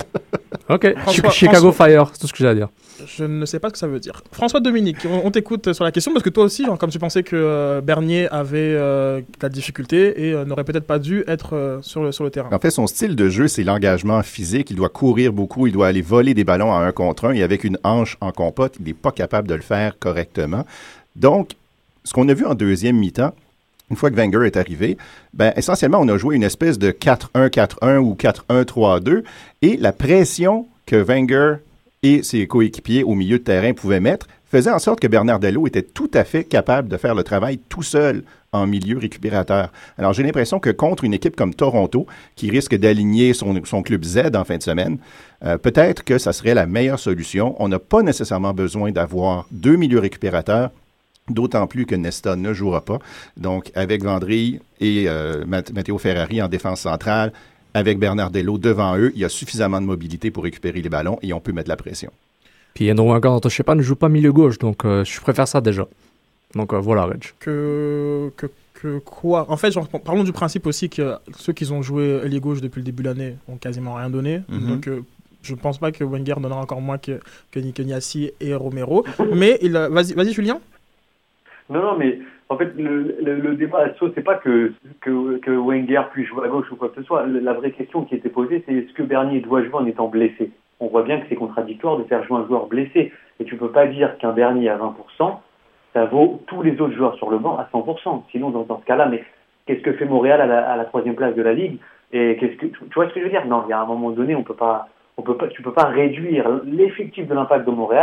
Speaker 9: Ok. François, Chicago François, Fire, c'est tout ce que j'ai à dire.
Speaker 8: Je ne sais pas ce que ça veut dire. François Dominique, on, on t'écoute sur la question parce que toi aussi, genre, comme tu pensais que euh, Bernier avait euh, la difficulté et euh, n'aurait peut-être pas dû être euh, sur, le, sur le terrain.
Speaker 11: En fait, son style de jeu, c'est l'engagement physique. Il doit courir beaucoup, il doit aller voler des ballons à un contre un et avec une hanche en compote, il n'est pas capable de le faire correctement. Donc, ce qu'on a vu en deuxième mi-temps, une fois que Wenger est arrivé, ben, essentiellement, on a joué une espèce de quatre un quatre un ou quatre un trois deux et la pression que Wenger et ses coéquipiers au milieu de terrain pouvaient mettre faisait en sorte que Bernardello était tout à fait capable de faire le travail tout seul en milieu récupérateur. Alors, j'ai l'impression que contre une équipe comme Toronto, qui risque d'aligner son, son club Z en fin de semaine, euh, peut-être que ça serait la meilleure solution. On n'a pas nécessairement besoin d'avoir deux milieux récupérateurs, d'autant plus que Nesta ne jouera pas. Donc, avec Vendry et euh, Matteo Ferrari en défense centrale, avec Bernardello devant eux, il y a suffisamment de mobilité pour récupérer les ballons et on peut mettre la pression.
Speaker 9: Puis Andrew Wenger, je sais pas, ne joue pas milieu gauche, donc euh, je préfère ça déjà. Donc euh, voilà, Reg.
Speaker 8: Que, que, que quoi? En fait, genre, parlons du principe aussi que ceux qui ont joué ailier gauche depuis le début de l'année ont quasiment rien donné. Mm-hmm. Donc euh, je ne pense pas que Wenger donnera encore moins que, que, que Niassi et Romero. Mais il, vas-y, vas-y, Julien.
Speaker 13: Non, non, mais en fait, le, le, le débat, c'est pas que, que, que Wenger puisse jouer à gauche ou quoi que ce soit. La vraie question qui était posée, c'est est-ce que Bernier doit jouer en étant blessé? On voit bien que c'est contradictoire de faire jouer un joueur blessé. Et tu peux pas dire qu'un Bernier à vingt pour cent, ça vaut tous les autres joueurs sur le banc à cent pour cent. Sinon, dans, dans ce cas-là, mais qu'est-ce que fait Montréal à la, à la troisième place de la Ligue? Et qu'est-ce que, tu, tu vois ce que je veux dire? Non, il y a un moment donné, on peut pas, on peut pas, tu peux pas réduire l'effectif de l'Impact de Montréal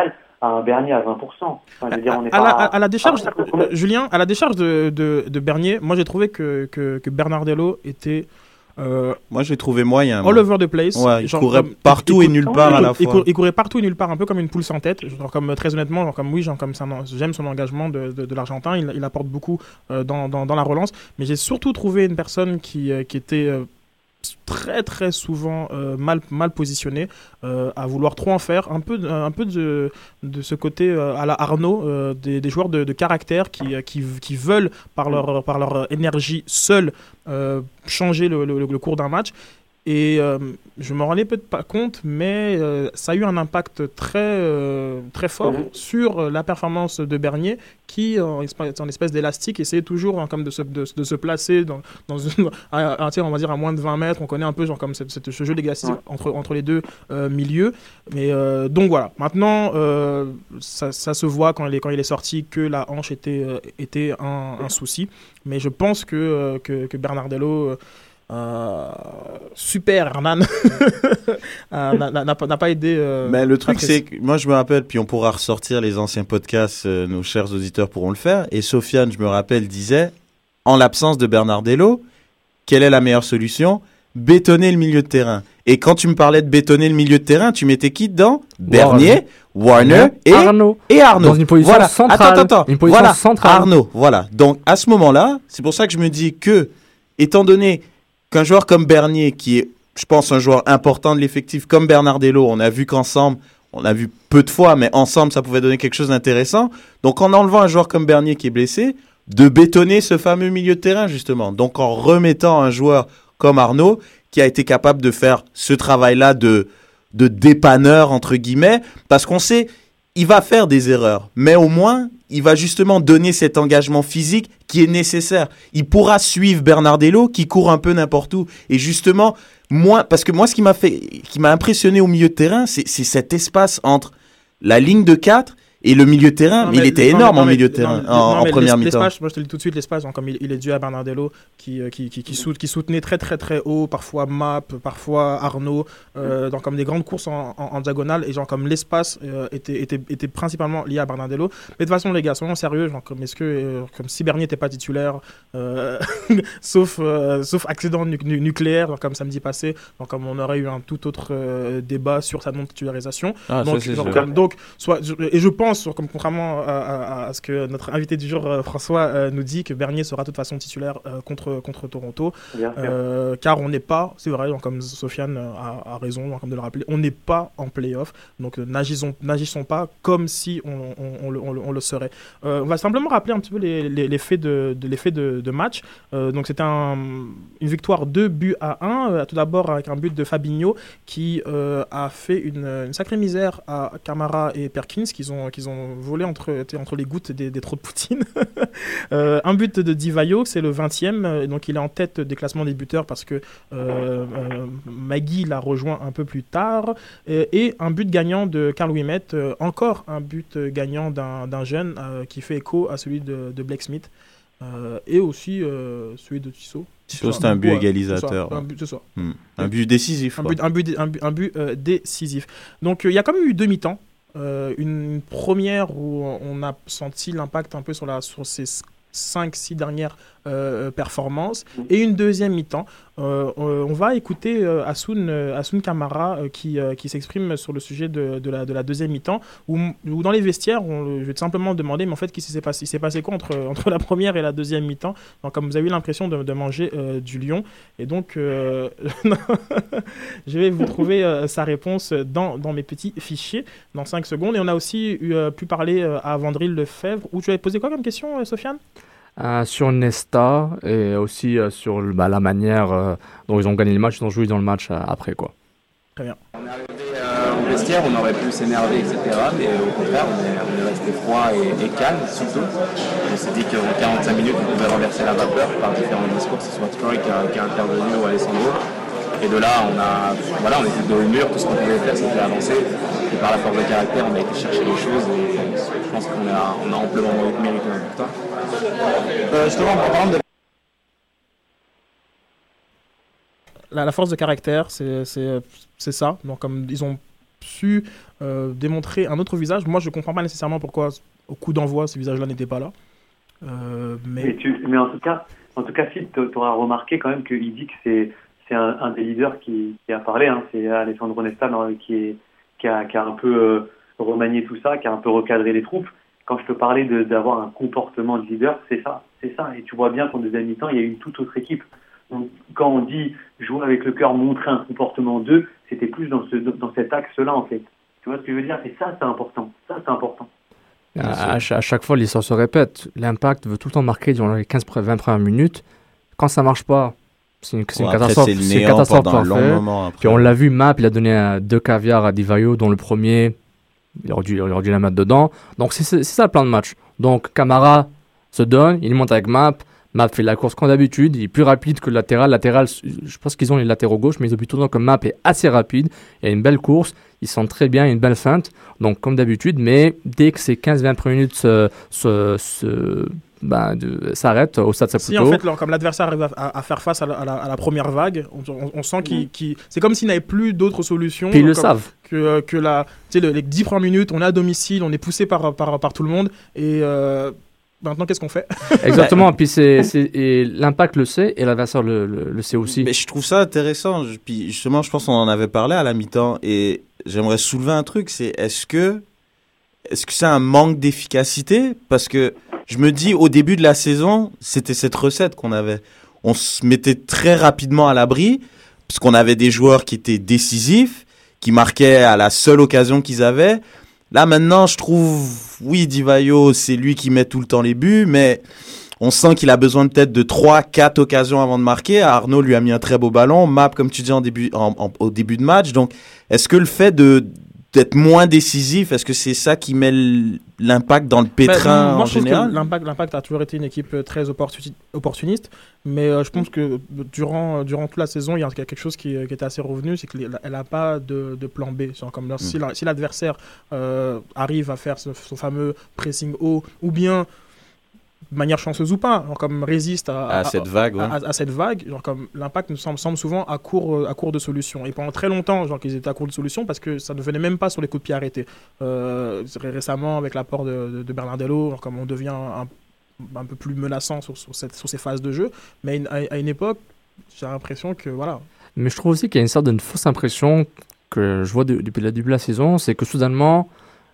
Speaker 13: à un Bernier à vingt pour cent. Enfin, je veux dire, on est
Speaker 8: à,
Speaker 13: pas,
Speaker 8: la, à la décharge,
Speaker 13: ah,
Speaker 8: euh, Julien, à la décharge de, de, de Bernier, moi j'ai trouvé que, que, que Bernardello était. Euh,
Speaker 10: moi j'ai trouvé moyen.
Speaker 8: All
Speaker 10: moi.
Speaker 8: over the place.
Speaker 10: Ouais, il
Speaker 8: genre,
Speaker 10: courait
Speaker 8: comme,
Speaker 10: partout
Speaker 8: il,
Speaker 10: et nulle part
Speaker 8: il,
Speaker 10: à la
Speaker 8: il,
Speaker 10: fois.
Speaker 8: Il courait partout et nulle part, un peu comme une poule sans tête. Genre, comme, très honnêtement, genre, comme oui, genre, comme ça, j'aime son engagement de, de, de l'Argentin. Il, il apporte beaucoup euh, dans, dans, dans la relance. Mais j'ai surtout trouvé une personne qui, euh, qui était. Euh, très très souvent euh, mal, mal positionné, euh, à vouloir trop en faire, un peu, un peu de, de ce côté euh, à la Arnaud, euh, des, des joueurs de, de caractère qui, qui, qui veulent par leur, par leur énergie seule euh, changer le, le, le cours d'un match. Et euh, je me rendais peut-être pas compte, mais euh, ça a eu un impact très, euh, très fort mmh. sur la performance de Bernier, qui, en espèce, en espèce d'élastique, essayait toujours hein, comme de, se, de, de se placer dans, dans une, à, à, on va dire à moins de vingt mètres. On connaît un peu genre, comme cette, cette, ce jeu d'élastique mmh. entre, entre les deux euh, milieux. Mais, euh, donc voilà, maintenant, euh, ça, ça se voit quand il est, quand il est sorti que la hanche était, euh, était un, un souci. Mais je pense que, euh, que, que Bernardello... Euh, Euh, super Hernan euh, n'a, n'a, n'a pas aidé euh,
Speaker 10: mais le truc c'est que moi je me rappelle, puis on pourra ressortir les anciens podcasts, euh, nos chers auditeurs pourront le faire, et Sofiane, je me rappelle, disait en l'absence de Bernardello, quelle est la meilleure solution? Bétonner le milieu de terrain. Et quand tu me parlais de bétonner le milieu de terrain, tu mettais qui dedans? Bernier, Warner, Warner et
Speaker 9: Arnaud.
Speaker 10: Et Arnaud.
Speaker 9: Dans une position
Speaker 10: voilà.
Speaker 9: centrale.
Speaker 10: Attends, attends, attends.
Speaker 9: Une position
Speaker 10: voilà.
Speaker 9: centrale.
Speaker 10: Arnaud, voilà. Donc à ce moment-là, c'est pour ça que je me dis que, étant donné qu'un joueur comme Bernier, qui est, je pense, un joueur important de l'effectif, comme Bernardello, on a vu qu'ensemble, on a vu peu de fois, mais ensemble, ça pouvait donner quelque chose d'intéressant. Donc, en enlevant un joueur comme Bernier qui est blessé, de bétonner ce fameux milieu de terrain, justement. Donc, en remettant un joueur comme Arnaud, qui a été capable de faire ce travail-là de, de dépanneur, entre guillemets, parce qu'on sait, il va faire des erreurs, mais au moins, il va justement donner cet engagement physique qui est nécessaire. Il pourra suivre Bernardello qui court un peu n'importe où. Et justement, moi, parce que moi, ce qui m'a fait, qui m'a impressionné au milieu de terrain, c'est, c'est cet espace entre la ligne de quatre et le milieu de terrain. Non, mais, mais il était non, énorme mais, en milieu de terrain, non, en, non, en première mi-temps.
Speaker 8: Moi, je te le dis tout de suite, l'espace, comme il, il est dû à Bernardello, qui, qui, qui, qui, sout, qui soutenait très, très, très haut, parfois Map, parfois Arnaud, euh, dans comme des grandes courses en, en, en diagonale, et genre comme l'espace euh, était, était, était principalement lié à Bernardello. Mais de toute façon, les gars, soyons sérieux, genre, comme, est-ce que, euh, comme si Bernier n'était pas titulaire, euh, sauf, euh, sauf accident nu- nu- nucléaire, genre, comme samedi passé, donc comme on aurait eu un tout autre euh, débat sur sa non-titularisation.
Speaker 10: Ah,
Speaker 8: donc,
Speaker 10: ça,
Speaker 8: genre, comme, donc, soit, et je pense, comme contrairement à, à, à ce que notre invité du jour, euh, François, euh, nous dit, que Bernier sera de toute façon titulaire euh, contre, contre Toronto, euh, car on n'est pas, c'est vrai, donc, comme Sofiane a, a raison donc, comme de le rappeler, on n'est pas en play-off, donc euh, n'agissons, n'agissons pas comme si on, on, on, le, on, le, on le serait. Euh, on va simplement rappeler un petit peu les, les, les faits de, de, les faits de, de match. Euh, donc c'était un, une victoire deux buts à un, euh, tout d'abord avec un but de Fabinho qui euh, a fait une, une sacrée misère à Camara et Perkins, qu'ils ont, qu'ils ont volé entre, entre les gouttes des, des trous de Poutine. euh, un but de Di Vaio, c'est le vingtième, donc il est en tête des classements des buteurs parce que euh, euh, Magui l'a rejoint un peu plus tard, et, et un but gagnant de Karl Ouimet, euh, encore un but gagnant d'un, d'un jeune euh, qui fait écho à celui de, de Blake Smith, euh, et aussi euh, celui de Tissot.
Speaker 10: Tissot, c'est un but ouais, égalisateur.
Speaker 8: C'est ça, un but, c'est ça.
Speaker 10: Hmm. Un but décisif.
Speaker 8: Un but, un but, un but, un but euh, décisif. Donc il euh, y a quand même eu deux mi-temps. Euh, une première où on a senti l'impact un peu sur, la, sur ces cinq six dernières euh, performances, et une deuxième mi-temps. Euh, on va écouter euh, Hassoun, euh, Hassoun Camara euh, qui, euh, qui s'exprime sur le sujet de, de, la, de la deuxième mi-temps, où, où dans les vestiaires, on, je vais simplement demander, mais en fait, qu'est-ce qui s'est passé, il s'est passé quoi entre, entre la première et la deuxième mi-temps? Donc, comme vous avez eu l'impression de, de manger euh, du lion, et donc euh, je vais vous trouver euh, sa réponse dans, dans mes petits fichiers dans cinq secondes. Et on a aussi eu, euh, pu parler euh, à Vandril Lefebvre, où tu avais posé quoi comme question, euh, Sofiane?
Speaker 9: Euh, sur Nesta et aussi euh, sur bah, la manière euh, dont ils ont gagné le match, ils ont joué dans le match euh, après quoi.
Speaker 8: Très bien.
Speaker 14: On est arrivé euh, au vestiaire, on aurait pu s'énerver, et cetera. Mais au contraire, on est, on est resté froid et, et calme surtout. On s'est dit qu'en quarante-cinq minutes, on pouvait renverser la vapeur par différents discours, que ce soit Troy qui a, qui a intervenu ou Alessandro. Et de là, on a, voilà, on était dos au mur, tout ce qu'on pouvait faire, c'était avancer. Et par la force de caractère, on a été chercher les choses et je pense qu'on a, on a amplement mérité un victoire. Euh, justement, en parlant de
Speaker 8: La, la force de caractère, c'est, c'est, c'est ça. Donc, comme ils ont su euh, démontrer un autre visage. Moi, je ne comprends pas nécessairement pourquoi, au coup d'envoi, ce visage-là n'était pas là. Euh, mais...
Speaker 13: Mais, tu, mais en tout cas, en tout cas, si tu auras remarqué quand même qu'il dit que c'est, c'est un, un des leaders qui, qui a parlé, hein, c'est Alessandro Nesta qui, est, qui, a, qui a un peu euh, remanié tout ça, qui a un peu recadré les troupes. Quand je te parlais de, d'avoir un comportement de leader, c'est ça, c'est ça. Et tu vois bien qu'en deuxième mi-temps, il y a une toute autre équipe. Donc, quand on dit jouer avec le cœur, montrer un comportement d'eux, c'était plus dans, ce, dans cet axe-là, en fait. Tu vois ce que je veux dire? Et ça, c'est important. Ça, c'est important.
Speaker 9: À, à, à chaque fois, l'histoire se répète. L'Impact veut tout le temps marquer durant les quinze vingt premières minutes. Quand ça marche pas, c'est une, c'est
Speaker 10: ouais,
Speaker 9: une catastrophe.
Speaker 10: C'est,
Speaker 9: c'est une catastrophe
Speaker 10: pendant un long moment après.
Speaker 9: Puis on l'a vu, Map, il a donné euh, deux caviars à Di Vaio, dont le premier, il aurait dû, il aurait dû la mettre dedans. Donc c'est, c'est, c'est ça le plan de match. Donc Camara se donne, il monte avec Map. Map fait la course comme d'habitude, il est plus rapide que le latéral. Latéral, je pense qu'ils ont les latéraux gauche, mais ils ont plutôt donc que Map est assez rapide. Il y a une belle course, ils sentent très bien, il y a une belle feinte. Donc comme d'habitude, mais dès que ces quinze vingt minutes se, se, se, ben, de, s'arrêtent au stade Saputo.
Speaker 8: Si en fait, là, comme l'adversaire arrive à, à, à faire face à la, à la, à la première vague, on, on, on sent qu'il, qu'il, c'est comme s'il n'avait plus d'autres solutions.
Speaker 9: Puis ils le savent.
Speaker 8: Que, que la, tu sais, le, les dix premières minutes, on est à domicile, on est poussé par, par, par tout le monde. Et euh, maintenant, qu'est-ce qu'on fait?
Speaker 9: Exactement. Puis c'est, c'est, et l'Impact le sait et l'adversaire le, le, le sait aussi.
Speaker 10: Mais je trouve ça intéressant. Je, puis justement, je pense qu'on en avait parlé à la mi-temps et j'aimerais soulever un truc. C'est est-ce que, est-ce que c'est un manque d'efficacité? Parce que je me dis, au début de la saison, c'était cette recette qu'on avait. On se mettait très rapidement à l'abri parce qu'on avait des joueurs qui étaient décisifs, qui marquaient à la seule occasion qu'ils avaient. Là, maintenant, je trouve, oui, Di Vaio, c'est lui qui met tout le temps les buts, mais on sent qu'il a besoin peut-être de trois quatre occasions avant de marquer. Arnaud lui a mis un très beau ballon. Map, comme tu dis, en début, en, en, au début de match. Donc, est-ce que le fait de, d'être moins décisif, est-ce que c'est ça qui met l'Impact dans le pétrin
Speaker 8: ben, moi,
Speaker 10: en
Speaker 8: je trouve
Speaker 10: général?
Speaker 8: que l'Impact, l'Impact a toujours été une équipe très opportuni- opportuniste, mais euh, je pense que durant, durant toute la saison, il y a quelque chose qui, qui était assez revenu, c'est qu'elle n'a pas de, de plan B. Genre, comme, mm. si, la, si l'adversaire euh, arrive à faire ce, son fameux pressing haut, ou bien de manière chanceuse ou pas, genre comme résiste à,
Speaker 10: à, à cette vague, ouais.
Speaker 8: à, à, à cette vague, genre comme l'Impact nous semble, semble souvent à court, à court de solutions. Et pendant très longtemps, genre qu'ils étaient à court de solutions parce que ça ne venait même pas sur les coups de pied arrêtés. Euh, récemment, avec l'apport de, de, de Bernardello, genre comme on devient un, un peu plus menaçant sur, sur, cette, sur ces phases de jeu. Mais à, à une époque, j'ai l'impression que voilà.
Speaker 9: Mais je trouve aussi qu'il y a une sorte de fausse impression que je vois de, depuis le début de la saison, c'est que soudainement,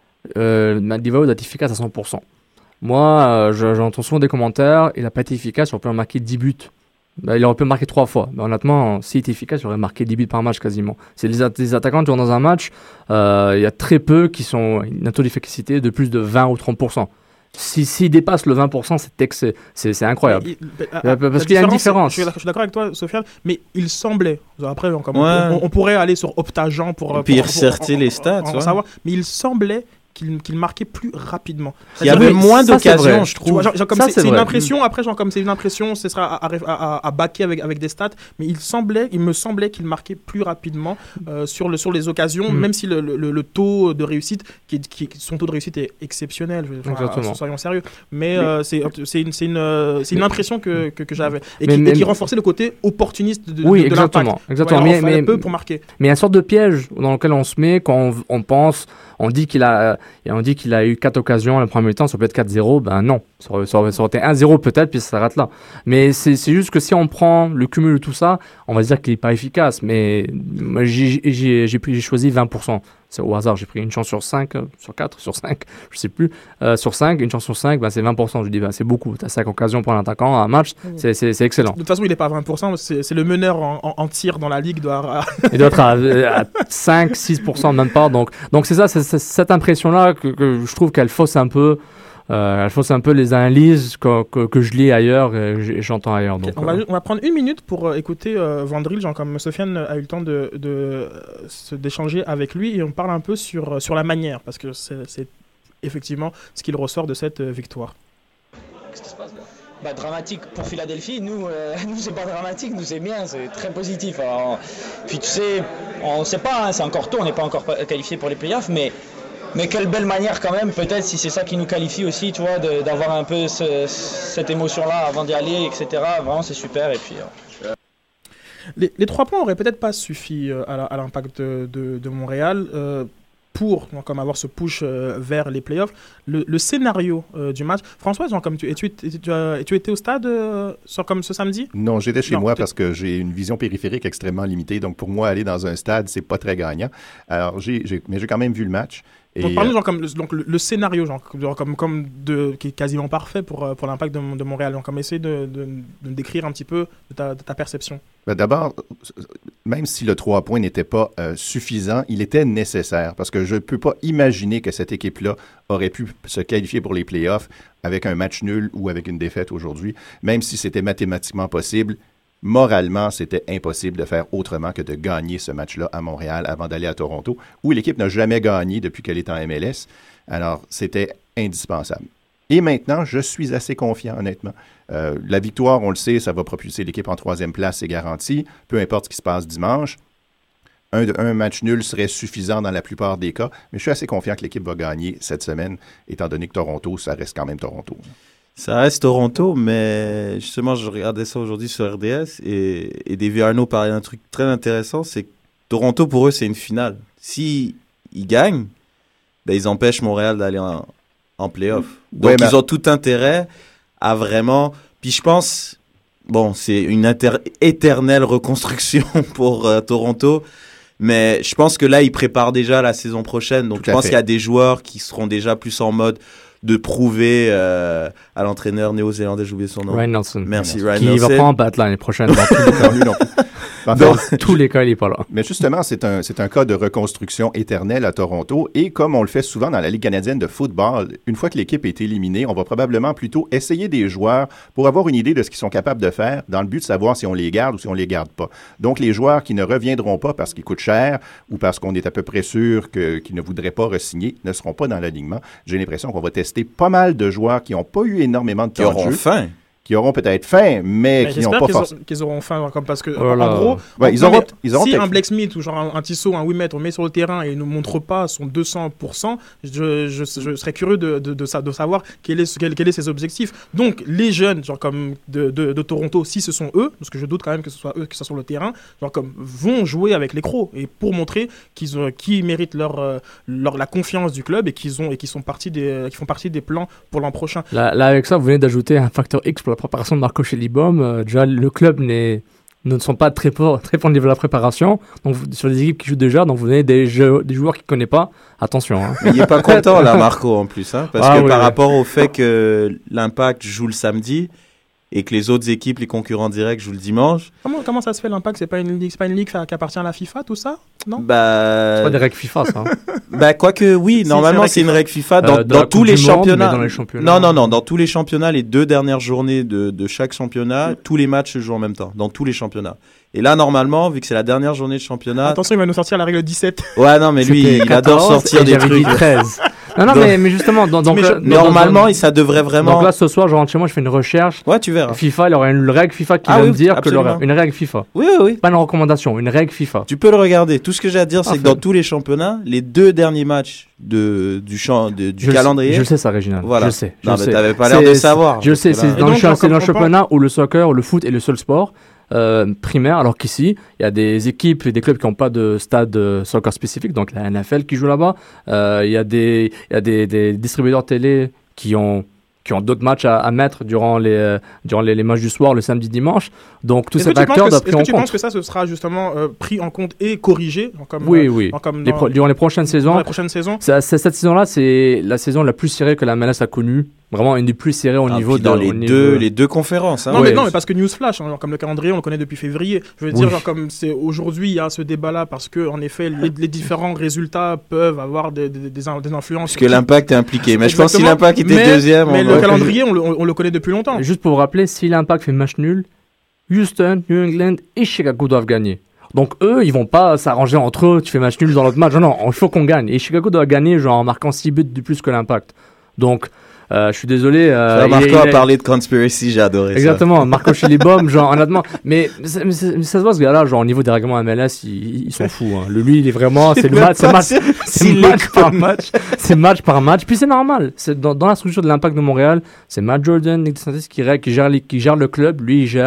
Speaker 9: euh, Di Vaio doit être efficace à cent pour cent. Moi, euh, j'entends souvent des commentaires, il n'a pas été efficace, on peut en marquer dix buts. Ben, il aurait pu marquer trois fois. Ben, honnêtement, s'il était efficace, il aurait marqué dix buts par match quasiment. C'est les, at- les attaquants, tu vois, dans un match, euh, il y a très peu qui sont une taux d'efficacité de plus de vingt ou trente pour cent. Si, s'il dépasse le vingt pour cent, c'est, c'est, c'est, c'est incroyable. Il,
Speaker 8: à,
Speaker 9: Parce qu'il y a une différence.
Speaker 8: Je suis, je suis d'accord avec toi, Sofiane, mais il semblait, après, on, comme, ouais. on, on pourrait aller sur Optagent pour...
Speaker 10: Et puis ressortir les stats,
Speaker 8: en, en, en savoir, mais il semblait qu'il, qu'il marquait plus rapidement.
Speaker 10: Il y avait moins ça, d'occasions, je trouve.
Speaker 8: Vois, genre, genre, comme ça, c'est, c'est, c'est une impression, après, genre, comme c'est une impression, ce sera à, à, à, à baquer avec, avec des stats, mais il semblait, il me semblait qu'il marquait plus rapidement euh, sur, le, sur les occasions, mm. même si le, le, le taux de réussite, qui, qui, son taux de réussite est exceptionnel, enfin, soyons sérieux, mais, mais euh, c'est, c'est, une, c'est, une, c'est une impression que, que, que j'avais, et, mais, qui, mais, et qui renforçait le côté opportuniste de,
Speaker 9: oui,
Speaker 8: de, de
Speaker 9: exactement,
Speaker 8: l'impact.
Speaker 9: Exactement,
Speaker 8: ouais,
Speaker 9: mais, mais,
Speaker 8: peu pour marquer.
Speaker 9: Mais il y a une sorte de piège dans lequel on se met quand on, on pense, on dit qu'il a, on dit qu'il a eu quatre occasions le premier temps, ça peut être quatre zéro, ben non, ça aurait, ça aurait, ça aurait été un zéro peut-être, puis ça s'arrête là. Mais c'est, c'est juste que si on prend le cumul de tout ça, on va se dire qu'il n'est pas efficace, mais moi, j'ai, j'ai, j'ai, pris, j'ai choisi vingt pour cent. C'est au hasard, j'ai pris une chance sur cinq, euh, sur quatre, sur cinq, je sais plus, euh, sur cinq, une chance sur cinq, ben c'est vingt pour cent, je dis, ben c'est beaucoup, t'as cinq occasions pour un attaquant à un match, mmh. c'est, c'est, c'est excellent.
Speaker 8: De toute façon, il n'est pas à vingt pour cent, c'est, c'est le meneur en, en, en tir dans la ligue, doit...
Speaker 9: il doit être à, à cinq, six pour cent même pas, donc, donc c'est ça, c'est, c'est cette impression-là que, que je trouve qu'elle fausse un peu, Euh, elle fausse un peu les analyses que, que, que je lis ailleurs et j'entends ailleurs. Donc,
Speaker 8: okay. on, va, on va prendre une minute pour euh, écouter euh, Vandril, genre comme Sofiane a eu le temps de, de, de, d'échanger avec lui et on parle un peu sur, sur la manière parce que c'est, c'est effectivement ce qu'il ressort de cette euh, victoire.
Speaker 15: Qu'est-ce qui se passe là ? Bah, dramatique pour Philadelphie, nous, euh, nous c'est pas dramatique, nous c'est bien, c'est très positif. Alors, puis tu sais, on sait pas, hein, c'est encore tôt, on n'est pas encore qualifié pour les playoffs, mais Mais quelle belle manière quand même, peut-être si c'est ça qui nous qualifie aussi, tu vois, de, d'avoir un peu ce, cette émotion-là avant d'y aller, et cetera. Vraiment, c'est super. Et puis, euh...
Speaker 8: les, les trois points n'auraient peut-être pas suffi euh, à, la, à l'impact de, de, de Montréal. Euh, pour genre, comme avoir ce push euh, vers les playoffs. Le, le scénario euh, du match, François, genre, comme tu, tu, tu, tu, as, tu étais au stade euh, sur, comme ce samedi?
Speaker 11: Non, j'étais chez
Speaker 8: non,
Speaker 11: moi
Speaker 8: t'es...
Speaker 11: parce que j'ai une vision périphérique extrêmement limitée. Donc, pour moi, aller dans un stade, c'est pas très gagnant. Alors, j'ai, j'ai, mais j'ai quand même vu le match. Et
Speaker 8: donc, parle-nous, genre, comme, le, donc, le, le scénario, genre, genre, comme, comme de, qui est quasiment parfait pour, pour l'Impact de, de Montréal. Donc, comme essayer de, de, de décrire un petit peu de ta, de ta perception.
Speaker 11: Ben d'abord, même si le trois points n'était pas euh, suffisant, il était nécessaire parce que je ne peux pas imaginer que cette équipe-là aurait pu se qualifier pour les playoffs avec un match nul ou avec une défaite aujourd'hui. Même si c'était mathématiquement possible, moralement, c'était impossible de faire autrement que de gagner ce match-là à Montréal avant d'aller à Toronto, où l'équipe n'a jamais gagné depuis qu'elle est en M L S. Alors, c'était indispensable. Et maintenant, je suis assez confiant, honnêtement. Euh, la victoire, on le sait, ça va propulser l'équipe en troisième place, c'est garanti. Peu importe ce qui se passe dimanche. Un, un match nul serait suffisant dans la plupart des cas, mais je suis assez confiant que l'équipe va gagner cette semaine, étant donné que Toronto, ça reste quand même Toronto.
Speaker 10: Ça reste Toronto, mais justement, je regardais ça aujourd'hui sur R D S et, et Davy Arnaud parlait d'un truc très intéressant, c'est que Toronto, pour eux, c'est une finale. S'ils gagnent, ben, ils empêchent Montréal d'aller en, en play-off. Donc, ouais, ils mais... ont tout intérêt à vraiment... Puis je pense, bon, c'est une inter... éternelle reconstruction pour euh, Toronto, mais je pense que là, ils préparent déjà la saison prochaine. Donc, tout je pense fait. Qu'il y a des joueurs qui seront déjà plus en mode de prouver euh, à l'entraîneur néo-zélandais, j'ai oublié son nom.
Speaker 9: Ryan Nelson.
Speaker 10: Merci,
Speaker 9: Ryan
Speaker 10: Ryan
Speaker 9: qui
Speaker 10: Nelson.
Speaker 9: Qui va pas en battre l'année prochaine. Dans
Speaker 11: En
Speaker 9: fait, dans tous les cas, il n'est pas là.
Speaker 11: Mais justement, c'est un, c'est un cas de reconstruction éternelle à Toronto. Et comme on le fait souvent dans la Ligue canadienne de football, une fois que l'équipe est éliminée, on va probablement plutôt essayer des joueurs pour avoir une idée de ce qu'ils sont capables de faire dans le but de savoir si on les garde ou si on les garde pas. Donc, les joueurs qui ne reviendront pas parce qu'ils coûtent cher ou parce qu'on est à peu près sûr que, qu'ils ne voudraient pas re-signer ne seront pas dans l'alignement. J'ai l'impression qu'on va tester pas mal de joueurs qui n'ont pas eu énormément de temps de jeu.
Speaker 10: Qui auront faim.
Speaker 11: Qui auront peut-être faim, mais, mais qui n'ont pas
Speaker 8: qu'ils
Speaker 11: forcément.
Speaker 8: Auront, qu'ils auront faim, comme parce que,
Speaker 11: voilà.
Speaker 8: en gros,
Speaker 11: ouais,
Speaker 8: en,
Speaker 11: ils auront, ils auront
Speaker 8: si
Speaker 11: tec-
Speaker 8: un Blake Smith ou genre un, un Tissot, un Ouimet, on met sur le terrain et il ne montre pas son deux cents pour cent, je, je, je serais curieux de, de, de, de, de savoir quel est, quel, quel est ses objectifs. Donc, les jeunes, genre comme de, de, de Toronto, si ce sont eux, parce que je doute quand même que ce soit eux qui sont sur le terrain, genre comme vont jouer avec les crocs et pour montrer qu'ils ont, qu'ils méritent leur, leur, la confiance du club et qu'ils ont et qu'ils sont partis des, qu'ils font partie des plans pour l'an prochain.
Speaker 9: Là, là, avec ça, vous venez d'ajouter un facteur X pour la préparation de Marco Schellibaum. Euh, déjà, le club n'est, ne sont pas très forts très fort au niveau de la préparation. Donc, sur les équipes qui jouent déjà, donc vous venez des, jeux, des joueurs qui ne connaissent pas. Attention. Hein.
Speaker 10: Mais il n'est pas content, là, Marco, en plus. Hein, parce
Speaker 9: ah,
Speaker 10: que
Speaker 9: oui,
Speaker 10: par
Speaker 9: oui.
Speaker 10: rapport au fait que l'Impact joue le samedi et que les autres équipes, les concurrents directs, jouent le dimanche.
Speaker 8: Comment, comment ça se fait, l'Impact? C'est pas une ligue, c'est pas une ligue qui appartient à la FIFA, tout ça? Non?
Speaker 10: Bah...
Speaker 9: C'est pas des règles FIFA, ça.
Speaker 10: Bah, quoique, oui, si, normalement, c'est, c'est une règle FIFA dans, euh, dans, dans tous les championnats.
Speaker 9: Monde, dans les championnats.
Speaker 10: Non, non, non, dans tous les championnats, les deux dernières journées de, de chaque championnat, tous les matchs se jouent en même temps, dans tous les championnats. Et là, normalement, vu que c'est la dernière journée de championnat...
Speaker 8: Attention, il va nous sortir la règle dix-sept.
Speaker 10: Ouais, non, mais lui, il quatorze, adore sortir des trucs.
Speaker 9: treize. Non, non, donc, mais, mais justement, donc, donc,
Speaker 10: mais,
Speaker 9: donc,
Speaker 10: normalement,
Speaker 9: donc,
Speaker 10: ça devrait vraiment...
Speaker 9: Donc là, ce soir, je rentre chez moi, je fais une recherche.
Speaker 10: Ouais, tu verras.
Speaker 9: FIFA, il y aura une règle FIFA qui
Speaker 10: ah,
Speaker 9: va
Speaker 10: oui,
Speaker 9: me dire
Speaker 10: absolument.
Speaker 9: que l'aura une règle FIFA.
Speaker 10: Oui, oui, oui.
Speaker 9: Pas une recommandation, une règle FIFA.
Speaker 10: Tu peux le regarder. Tout ce que j'ai à dire, c'est
Speaker 9: ah,
Speaker 10: que dans tous les championnats, les deux derniers matchs de, du, champ, de, du
Speaker 9: je
Speaker 10: calendrier...
Speaker 9: Le sais, je le sais, ça, Réginald.
Speaker 10: Voilà.
Speaker 9: Je le sais. Je
Speaker 10: non,
Speaker 9: le
Speaker 10: mais
Speaker 9: sais.
Speaker 10: t'avais pas l'air de savoir.
Speaker 9: Je le sais, c'est
Speaker 10: là...
Speaker 9: dans,
Speaker 8: donc,
Speaker 9: le, champ, c'est dans le championnat
Speaker 8: pas...
Speaker 9: où le soccer, le foot est le seul sport. Euh, primaire, alors qu'ici, il y a des équipes et des clubs qui n'ont pas de stade euh, soccer spécifique, donc la N F L qui joue là-bas. Euh, il y a des, il y a des, des distributeurs télé qui ont qui ont d'autres matchs à, à mettre durant les euh, durant les, les matchs du soir, le samedi, dimanche. Donc tous ces facteurs doivent pris en compte.
Speaker 8: Est-ce que tu penses que ça ce sera justement euh, pris en compte et corrigé comme,
Speaker 9: Oui,
Speaker 8: euh,
Speaker 9: oui.
Speaker 8: Comme
Speaker 9: les pro- durant les prochaines saisons.
Speaker 8: La prochaine saison.
Speaker 9: C'est, c'est, cette saison-là, c'est la saison la plus serrée que la M L S a connue. Vraiment une des plus serrées au
Speaker 10: ah,
Speaker 9: niveau de
Speaker 10: dans les
Speaker 9: au
Speaker 10: deux
Speaker 9: niveau...
Speaker 10: les deux conférences. Hein.
Speaker 8: Non,
Speaker 9: ouais.
Speaker 8: mais non, mais parce que Newsflash, hein, genre, comme le calendrier, on le connaît depuis février. Je veux dire, oui. genre, comme c'est aujourd'hui, il y a ce débat-là parce que en effet, les, les différents résultats peuvent avoir des, des, des, des influences.
Speaker 10: Parce que l'Impact est impliqué. Mais
Speaker 8: Exactement.
Speaker 10: je pense que si l'Impact était
Speaker 8: mais,
Speaker 10: deuxième,
Speaker 8: mais
Speaker 10: on
Speaker 8: le
Speaker 10: va...
Speaker 8: calendrier, on le, on le connaît depuis longtemps.
Speaker 9: Juste pour vous rappeler, si l'Impact fait match nul, Houston, New England et Chicago doivent gagner. Donc eux, ils vont pas s'arranger entre eux. Tu fais match nul dans l'autre match. Non, non, il faut qu'on gagne. Et Chicago doit gagner, genre en marquant six buts de plus que l'Impact. Donc Euh, je suis désolé. Euh,
Speaker 10: Marco
Speaker 9: il, il
Speaker 10: a
Speaker 9: a
Speaker 10: parlé de conspiracy, j'ai adoré
Speaker 9: exactement,
Speaker 10: ça.
Speaker 9: Exactement, Marco Schellibaum, genre honnêtement, mais, mais, ça, mais, ça, mais ça se voit ce gars-là, genre au niveau des règlements M L S, ils, ils sont fous. Hein. Le lui, il est vraiment, c'est le match, c'est match, c'est, c'est match par match, c'est match par match. Puis c'est normal. C'est dans, dans la structure de l'Impact de Montréal, c'est Matt Jordan, Nick DeSantis qui, qui gère qui gère le club, lui il gère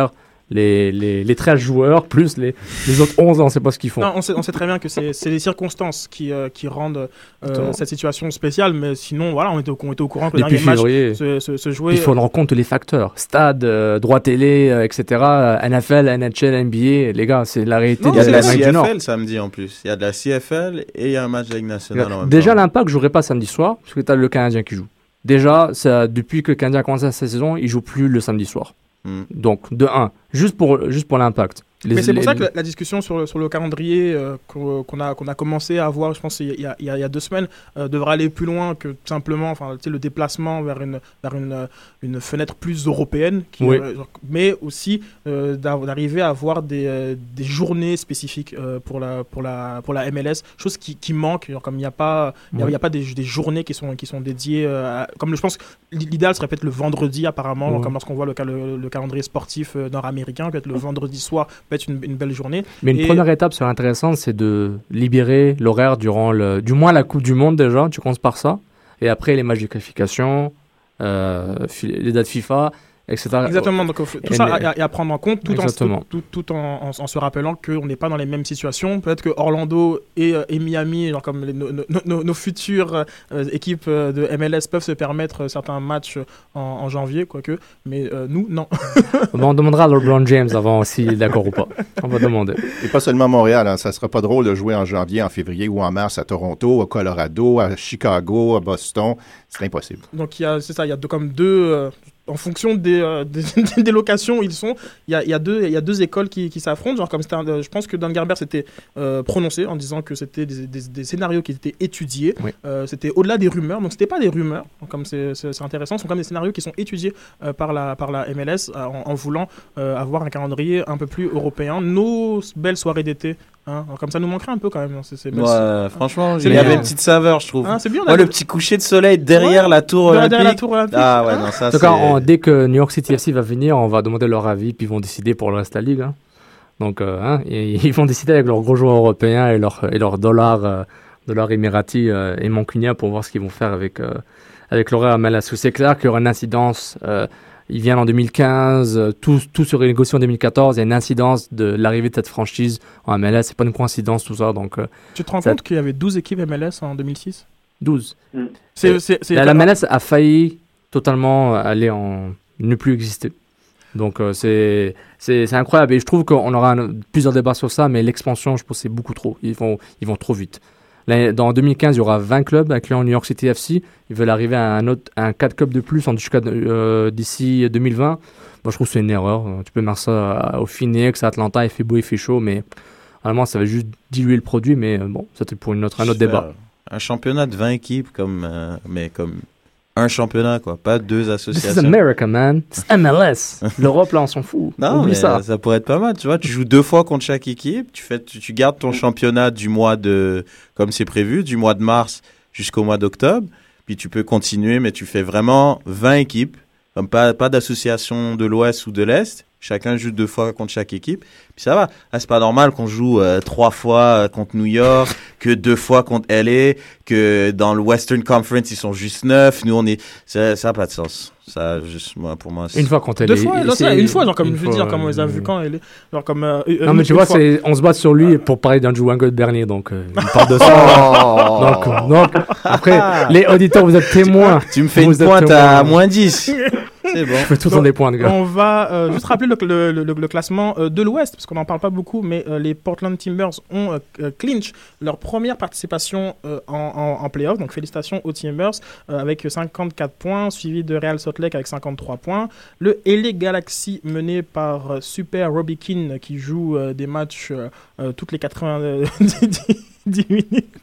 Speaker 9: Les, les, les treize joueurs, plus les, les autres onze, on ne sait pas ce qu'ils font.
Speaker 8: Non, on, sait, on sait très bien que c'est, c'est les circonstances qui, euh, qui rendent euh, cette situation spéciale, mais sinon, voilà, on était, on était au courant que le
Speaker 9: Depuis
Speaker 8: dernier
Speaker 9: février,
Speaker 8: match se, se, se jouait.
Speaker 9: Il faut rendre compte de les facteurs. Stade, euh, droit télé, euh, et cetera. N F L, N H L, N B A, les gars, c'est la réalité.
Speaker 10: Non,
Speaker 9: de
Speaker 10: il y a de la
Speaker 9: l'Amérique
Speaker 10: C
Speaker 9: du Nord.
Speaker 10: F L samedi en plus. Il y a de la C F L et il y a un match de Ligue nationale en même
Speaker 9: Déjà,
Speaker 10: temps.
Speaker 9: l'Impact ne jouerait pas samedi soir, parce que tu as le Canadien qui joue. Déjà, ça, depuis que le Canadien a commencé sa saison, il ne joue plus le samedi soir.
Speaker 10: Mm.
Speaker 9: Donc, de un, juste pour, juste pour l'Impact. Les,
Speaker 8: Mais c'est pour
Speaker 9: les,
Speaker 8: ça que la, la discussion sur le, sur le calendrier euh, qu'on, qu'on, a, qu'on a commencé à avoir, je pense, il y a, il y a, il y a deux semaines, euh, devra aller plus loin que simplement enfin, le déplacement vers une, vers une, une fenêtre plus européenne, qui,
Speaker 9: oui.
Speaker 8: euh, genre, mais aussi euh, d'arriver à avoir des, euh, des journées spécifiques euh, pour, la, pour, la, pour la M L S, chose qui, qui manque, genre, comme il n'y a pas, il y a,
Speaker 9: oui.
Speaker 8: il y a pas des, des journées qui sont, qui sont dédiées, euh, à, comme le, je pense que l'idéal serait peut-être le vendredi apparemment,
Speaker 9: oui.
Speaker 8: genre, comme lorsqu'on voit le, le, le calendrier sportif euh, nord-américain, peut-être le vendredi soir peut être une, une belle journée.
Speaker 9: Mais une
Speaker 8: et...
Speaker 9: première étape serait intéressante, c'est de libérer l'horaire durant le, du moins la Coupe du Monde déjà, tu commences par ça, et après les matchs de qualification, euh, les dates FIFA, et cetera.
Speaker 8: Exactement, donc tout
Speaker 9: et
Speaker 8: ça
Speaker 9: les...
Speaker 8: à, à prendre en compte, tout, en, tout, tout, tout en, en, en se rappelant qu'on n'est pas dans les mêmes situations. Peut-être que Orlando et, et Miami, genre comme les, nos, nos, nos, nos futures euh, équipes de M L S peuvent se permettre certains matchs en, en janvier, quoique, mais euh, nous, non.
Speaker 9: Bon, on demandera à LeBron James avant s'il est d'accord ou pas. On va demander.
Speaker 11: Et pas seulement Montréal, hein, ça ne sera pas drôle de jouer en janvier, en février ou en mars à Toronto, au Colorado, à Chicago, à Boston. C'est impossible.
Speaker 8: Donc, il y a, c'est ça, il y a deux, comme deux... Euh, en fonction des, euh, des, des locations où ils sont, il y a, il y a, deux, il y a deux écoles qui, qui s'affrontent. Genre comme un, je pense que Dan Gerber s'était euh, prononcé en disant que c'était des, des, des scénarios qui étaient étudiés.
Speaker 9: Oui.
Speaker 8: Euh, c'était au-delà des rumeurs, donc c'était pas des rumeurs. Donc, comme c'est, c'est, c'est intéressant, ce sont comme des scénarios qui sont étudiés euh, par, la, par la M L S euh, en, en voulant euh, avoir un calendrier un peu plus européen. Nos belles soirées d'été. Hein, comme ça nous manquerait un peu quand même. C'est, c'est,
Speaker 10: ouais,
Speaker 8: c'est,
Speaker 10: franchement,
Speaker 8: c'est
Speaker 10: il y
Speaker 8: bien.
Speaker 10: avait une petite saveur, je trouve.
Speaker 8: Hein, c'est bien,
Speaker 10: ouais, le petit coucher de soleil derrière ouais, la tour olympique.
Speaker 8: Derrière la tour olympique.
Speaker 10: Ah ouais, non, ça,
Speaker 9: en tout
Speaker 10: c'est...
Speaker 9: cas, on, dès que New York City F C va venir, on va demander leur avis, puis ils vont décider pour le reste de la ligue. Hein. Donc, euh, hein, ils vont décider avec leurs gros joueurs européens et leurs et leur dollars, euh, dollars émiratis euh, et mancuniens pour voir ce qu'ils vont faire avec, euh, avec l'horaire M L S. C'est clair qu'il y aura une incidence. Euh, Ils viennent en deux mille quinze, euh, tout, tout serait négocié en deux mille quatorze. Il y a une incidence de l'arrivée de cette franchise en M L S. C'est pas une coïncidence, tout ça. Donc, euh,
Speaker 8: tu te rends
Speaker 9: ça...
Speaker 8: compte qu'il y avait douze équipes M L S en deux mille six
Speaker 9: douze.
Speaker 8: Mm. C'est, c'est, c'est
Speaker 9: la, la M L S a failli totalement aller en... ne plus exister. Donc, euh, c'est, c'est, c'est incroyable. Et je trouve qu'on aura un, plusieurs débats sur ça, mais l'expansion, je pense que c'est beaucoup trop. Ils vont, ils vont trop vite. Là, dans deux mille quinze, il y aura vingt clubs incluant New York City F C. Ils veulent arriver à un, autre, à un quatre clubs de plus en, jusqu'à, euh, d'ici deux mille vingt. Moi, je trouve que c'est une erreur. Tu peux mettre ça au Phoenix, à Atlanta, il fait beau, il fait chaud, mais vraiment, ça va juste diluer le produit. Mais bon, c'était pour une autre, un autre débat.
Speaker 10: Un championnat de vingt équipes, comme, euh, mais comme un championnat, quoi, pas deux associations.
Speaker 9: This is America, man. C'est M L S. L'Europe, là, on s'en fout.
Speaker 10: Non,
Speaker 9: Oublie
Speaker 10: mais
Speaker 9: ça.
Speaker 10: Ça pourrait être pas mal, tu vois. Tu joues deux fois contre chaque équipe. Tu, fais, tu, tu gardes ton championnat du mois de, comme c'est prévu, du mois de mars jusqu'au mois d'octobre. Puis tu peux continuer, mais tu fais vraiment vingt équipes. Comme pas, pas d'association de l'Ouest ou de l'Est. Chacun joue deux fois contre chaque équipe. Puis ça va. Ah, c'est pas normal qu'on joue euh, trois fois contre New York, que deux fois contre L A, que dans le Western Conference, ils sont juste neuf. Nous, on est... Ça n'a pas de sens. Ça, juste, moi, pour moi... C'est...
Speaker 9: Une fois contre L A.
Speaker 8: Deux fois, non, c'est une fois, genre, comme
Speaker 9: une
Speaker 8: je veux
Speaker 9: fois,
Speaker 8: dire, comme on les a
Speaker 9: euh,
Speaker 8: vus quand L A. Genre, comme... Euh,
Speaker 9: non, mais tu vois, c'est, on se bat sur lui pour parler d'Andrew Wango de Bernier, donc euh, il parle de ça.
Speaker 10: Oh.
Speaker 9: donc, donc, après, les auditeurs, vous êtes témoins.
Speaker 10: Tu me fais
Speaker 9: vous
Speaker 10: une pointe à moins dix. C'est bon.
Speaker 9: Je fais tous des points, de gars.
Speaker 8: On va euh, juste rappeler le, le, le, le classement euh, de l'Ouest, parce qu'on n'en parle pas beaucoup, mais euh, les Portland Timbers ont euh, clinch leur première participation euh, en, en, en playoff. Donc félicitations aux Timbers euh, avec cinquante-quatre points, suivi de Real Salt Lake avec cinquante-trois points. Le L A Galaxy mené par euh, Super Robbie Keane qui joue euh, des matchs euh, euh, toutes les quatre-vingt-dix minutes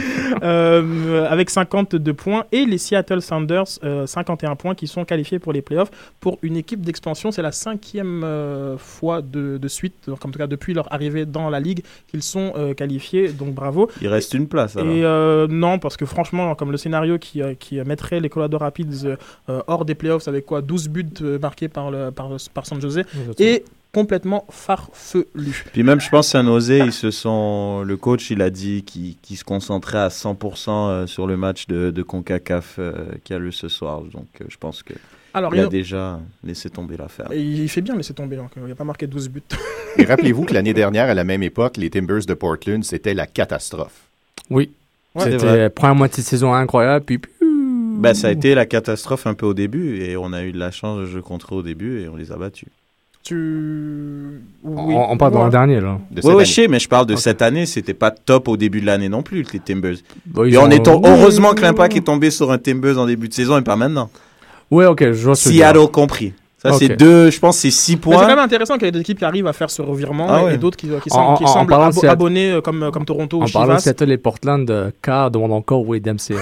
Speaker 8: euh, avec cinquante-deux points, et les Seattle Sounders euh, cinquante et un points qui sont qualifiés pour les playoffs. Pour une équipe d'expansion, c'est la cinquième euh, fois de, de suite, donc en tout cas depuis leur arrivée dans la ligue, qu'ils sont euh, qualifiés, donc bravo.
Speaker 10: Il reste une place alors.
Speaker 8: Et euh, non, parce que franchement, comme le scénario qui, euh, qui mettrait les Colorado Rapids euh, hors des playoffs avec quoi douze buts euh, marqués par, le, par, par San Jose, et complètement farfelu.
Speaker 10: Puis même, je pense, San Jose, ils se sont... Le coach, il a dit qu'il, qu'il se concentrait à cent pour cent sur le match de, de CONCACAF euh, qu'il y a eu ce soir. Donc, euh, je pense que
Speaker 8: Alors,
Speaker 10: il a
Speaker 8: il...
Speaker 10: déjà laissé tomber l'affaire.
Speaker 8: Et il fait bien laisser tomber, donc il n'a pas marqué douze buts.
Speaker 11: Et rappelez-vous que l'année dernière, à la même époque, les Timbers de Portland, c'était la catastrophe.
Speaker 9: Oui,
Speaker 10: Ouais,
Speaker 9: c'était la première moitié de saison incroyable, puis...
Speaker 10: Ben, ça a été la catastrophe un peu au début, et on a eu de la chance de jouer contre eux au début, et on les a battus.
Speaker 8: Tu...
Speaker 9: Oui. On, on parle de l'an dernier, là.
Speaker 10: Oui, oui, je sais, mais je parle de okay. cette année. C'était pas top au début de l'année non plus, les Timbers.
Speaker 9: Bah,
Speaker 10: et on est to- heureusement que l'Impact est tombé sur un Timbers en début de saison et pas maintenant.
Speaker 9: Oui, ok, je vois ce que
Speaker 10: Seattle compris. Ça, okay. c'est deux, je pense, c'est six points.
Speaker 8: Mais c'est quand même intéressant qu'il y ait des équipes qui arrivent à faire ce revirement ah, et, ouais. et d'autres qui, qui,
Speaker 9: en,
Speaker 8: semblent, qui
Speaker 9: en,
Speaker 8: semblent
Speaker 9: en
Speaker 8: abo- abonnés comme, comme Toronto
Speaker 9: en
Speaker 8: ou Chivas.
Speaker 9: En parlant de Seattle et Portland, euh, Carr demande encore où est Dempsey.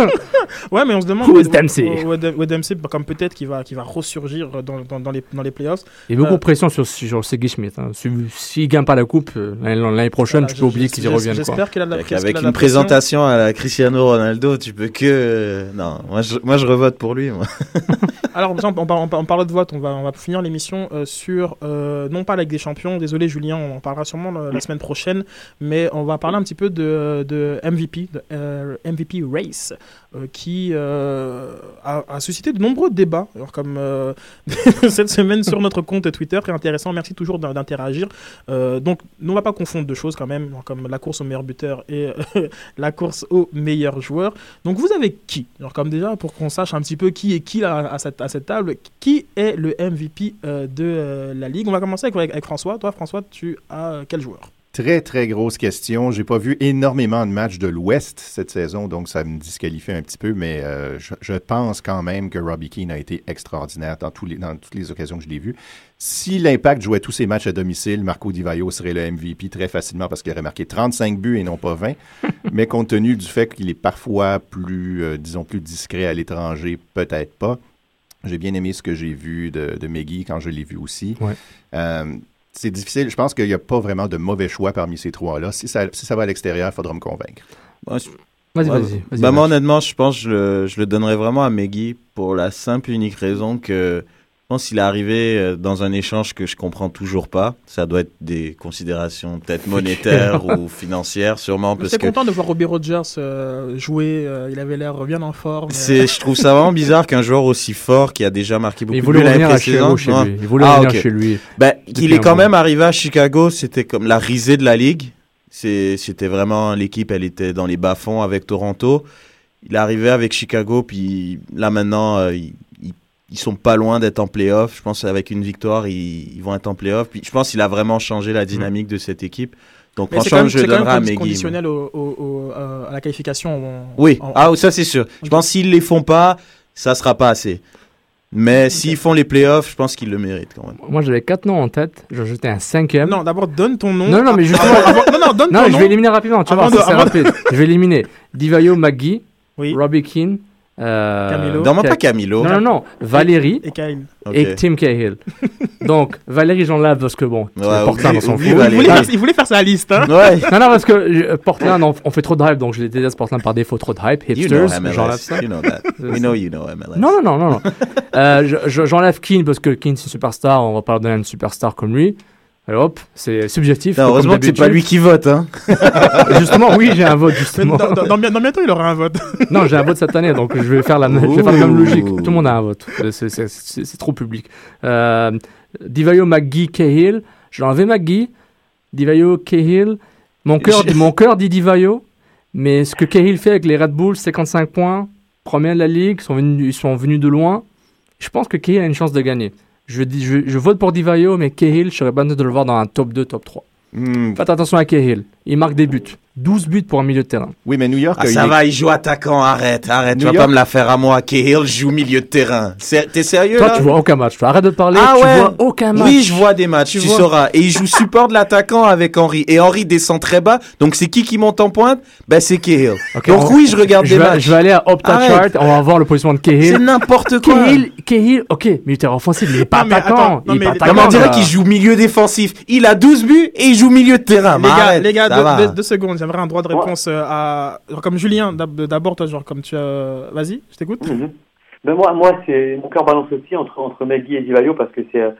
Speaker 8: Ouais, mais on se demande
Speaker 9: où est Dempsey.
Speaker 8: Où est Dempsey, comme peut-être qu'il va, qu'il va ressurgir dans, dans, dans, les, dans les playoffs.
Speaker 9: Il y a beaucoup euh, de pression sur, sur Siggy Schmidt. Hein. S'il si, ne gagne pas la coupe, l'année prochaine, voilà, tu peux oublier qu'ils y reviennent.
Speaker 8: J'espère qu'il a de la
Speaker 10: pression. Avec une présentation à la Cristiano Ronaldo, tu peux que... Non, moi je, moi, je revote pour lui. Moi.
Speaker 8: Alors, on, on, on, on parle de vote, on va, on va finir l'émission euh, sur, euh, non pas la Ligue des Champions, désolé Julien, on en parlera sûrement la, la semaine prochaine, mais on va parler un petit peu de, de M V P, de euh, M V P Race, euh, qui euh, a, a suscité de nombreux débats, alors comme euh, cette semaine sur notre compte Twitter, très intéressant, merci toujours d'interagir. Euh, donc, on ne va pas confondre deux choses quand même, comme la course au meilleur buteur et euh, la course au meilleur joueur. Donc, vous avez qui? Alors, comme déjà, pour qu'on sache un petit peu qui est qui là, à, cette, à cette table, qui est le M V P euh, de euh, la Ligue? On va commencer avec, avec François. Toi, François, tu as euh, quel joueur?
Speaker 11: Très, très grosse question. J'ai pas vu énormément de matchs de l'Ouest cette saison, donc ça me disqualifie un petit peu, mais euh, je, je pense quand même que Robbie Keane a été extraordinaire dans, tous les, dans toutes les occasions que je l'ai vu. Si l'Impact jouait tous ses matchs à domicile, Marco Di Vaio serait le M V P très facilement parce qu'il aurait marqué trente-cinq buts et non pas vingt. Mais compte tenu du fait qu'il est parfois plus, euh, disons, plus discret à l'étranger, peut-être pas. J'ai bien aimé ce que j'ai vu de, de Maggie quand je l'ai vu aussi.
Speaker 9: Ouais.
Speaker 11: Euh, c'est difficile. Je pense qu'il n'y a pas vraiment de mauvais choix parmi ces trois-là. Si ça, si ça va à l'extérieur, il faudra me convaincre.
Speaker 10: Ouais, je...
Speaker 9: Vas-y,
Speaker 10: ouais,
Speaker 9: vas-y. vas-y
Speaker 10: bah moi, honnêtement, je pense que je le, je le donnerais vraiment à Maggie pour la simple et unique raison que je pense qu'il est arrivé dans un échange que je comprends toujours pas. Ça doit être des considérations peut-être monétaires ou financières, sûrement.
Speaker 8: J'étais que... content de voir Robbie Rogers euh, jouer. Euh, il avait l'air bien en forme.
Speaker 10: C'est, je trouve ça vraiment bizarre qu'un joueur aussi fort qui a déjà marqué beaucoup
Speaker 9: il
Speaker 10: de buts l'année précédente.
Speaker 9: Chez lui. Il voulait
Speaker 10: ah,
Speaker 9: revenir
Speaker 10: okay.
Speaker 9: chez lui.
Speaker 10: Ben, qu'il est quand même arrivé à Chicago, c'était comme la risée de la Ligue. C'est, c'était vraiment l'équipe, elle était dans les bas-fonds avec Toronto. Il est arrivé avec Chicago, puis là maintenant, euh, il, il, ils sont pas loin d'être en play-off. Je pense qu'avec une victoire, ils, ils vont être en play-off. Puis je pense qu'il a vraiment changé la dynamique mmh. de cette équipe. Donc
Speaker 8: mais
Speaker 10: franchement,
Speaker 8: même,
Speaker 10: je le donnerai à Maggie.
Speaker 8: C'est conditionnel au, au, au, euh, à la qualification. En,
Speaker 10: oui,
Speaker 8: en,
Speaker 10: ah, ça c'est sûr. Okay. Je pense que s'ils les font pas, ça sera pas assez. Mais okay. s'ils font les playoffs, je pense qu'ils le méritent quand même.
Speaker 9: Moi, j'avais quatre noms en tête. J'en jetais un cinquième.
Speaker 8: Non, d'abord, donne ton nom.
Speaker 9: Non, non, mais justement.
Speaker 8: avant, non, non, donne
Speaker 9: non,
Speaker 8: ton
Speaker 9: je
Speaker 8: nom.
Speaker 9: vais éliminer rapidement. Tu vas voir, c'est rapide. Je vais éliminer Di Vaio, Maggie,
Speaker 8: oui.
Speaker 9: Robbie Keane. Euh,
Speaker 8: Camilo.
Speaker 10: Non, pas Camilo.
Speaker 9: Non, non, non. Valérie.
Speaker 8: Et, et Kyle.
Speaker 9: Et okay. Tim Cahill. Donc, Valérie, j'enlève parce que bon,
Speaker 10: ouais,
Speaker 9: Portland, on s'en fout.
Speaker 8: Il voulait, il voulait faire sa liste, hein.
Speaker 10: Ouais.
Speaker 9: Non, non, parce que euh, Portland, on, on fait trop de hype, donc je les déteste Portland par défaut, trop de hype. Hipsters,
Speaker 10: you know
Speaker 9: j'enlève ça.
Speaker 10: You know that. We know you know M L S.
Speaker 9: Non, non, non, non. non. euh, je, je, j'enlève Keane parce que Keane, c'est une superstar, on va pas leur donner une superstar comme lui. Alors hop, c'est subjectif.
Speaker 10: Non, heureusement que c'est pas lui qui vote, hein.
Speaker 9: Justement, oui, j'ai un vote, justement.
Speaker 8: Dans, dans, dans, dans bientôt, il aura un vote.
Speaker 9: Non, j'ai un vote cette année, donc je vais faire la, je vais faire la même logique. Tout le monde a un vote. C'est, c'est, c'est, c'est trop public. Euh, Di Vaio, Maggie, Cahill. J'ai enlevé Maggie. Di Vaio, Cahill. Mon cœur, je... mon cœur dit Di Vaio. Mais ce que Cahill fait avec les Red Bulls, cinquante-cinq points, premier de la ligue, ils sont venus, ils sont venus de loin. Je pense que Cahill a une chance de gagner. Je, dis, je, je vote pour Di Vaio, mais Cahill, je serais pas de le voir dans un top deux, top trois. Mm. Faites attention à Cahill. Il marque des buts. douze buts pour un milieu de terrain.
Speaker 11: Oui, mais New York...
Speaker 10: Ah, ça va, il joue attaquant. Arrête, arrête. New tu vas York... pas me la faire à moi. Cahill joue milieu de terrain. C'est... T'es sérieux,
Speaker 9: Toi,
Speaker 10: là?
Speaker 9: tu vois aucun match. Toi, arrête de parler.
Speaker 10: Ah,
Speaker 9: tu
Speaker 10: ouais.
Speaker 9: vois aucun match.
Speaker 10: Oui, je vois des matchs, tu, tu sauras. Et il joue support de l'attaquant avec Henry. Et Henry descend très bas. Donc, c'est qui qui monte en pointe? Ben, c'est Cahill. Okay, donc, on... oui, je regarde
Speaker 9: je
Speaker 10: des
Speaker 9: vais,
Speaker 10: matchs.
Speaker 9: Je vais aller à Opta Chart. On va voir le positionnement de Cahill.
Speaker 10: C'est n'importe quoi.
Speaker 9: Cahill, Cahill, ok, militaire offensif, il est pas
Speaker 8: non,
Speaker 9: attaquant.
Speaker 8: Attends, non,
Speaker 9: il est pas attaquant.
Speaker 10: Comment on dirait qu'il joue milieu défensif? Il a douze buts et il joue milieu de terrain.
Speaker 8: Les gars,
Speaker 10: arrête,
Speaker 8: les gars deux, deux, deux secondes. J'aimerais un droit de réponse ouais. à. Genre comme Julien, d'abord, toi, genre comme tu as. Vas-y, je t'écoute.
Speaker 13: Mm-hmm. Ben moi, moi, c'est mon cœur balance aussi entre entre Maggie et Di Vaio parce que c'est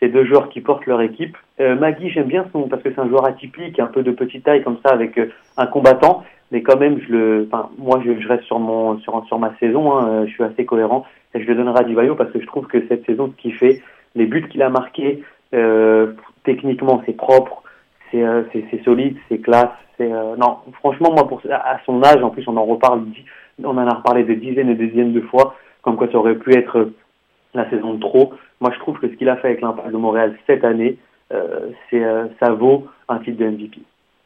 Speaker 13: c'est deux joueurs qui portent leur équipe. Euh, Magui, j'aime bien son, parce que c'est un joueur atypique, un peu de petite taille comme ça, avec euh, un combattant. Mais quand même, je le, enfin, moi, je, je reste sur mon, sur, sur ma saison. Hein, je suis assez cohérent et je le donnerai à Divayo parce que je trouve que cette saison, ce qu'il fait, les buts qu'il a marqués, euh, techniquement, c'est propre, c'est, euh, c'est, c'est solide, c'est classe. C'est, euh, non, franchement, moi, pour à son âge, en plus, on en reparle, on en a reparlé des dizaines et des dizaines de fois, comme quoi ça aurait pu être la saison de trop. Moi, je trouve que ce qu'il a fait avec l'Impact de Montréal cette année, euh, c'est, euh, ça vaut un titre de M V P.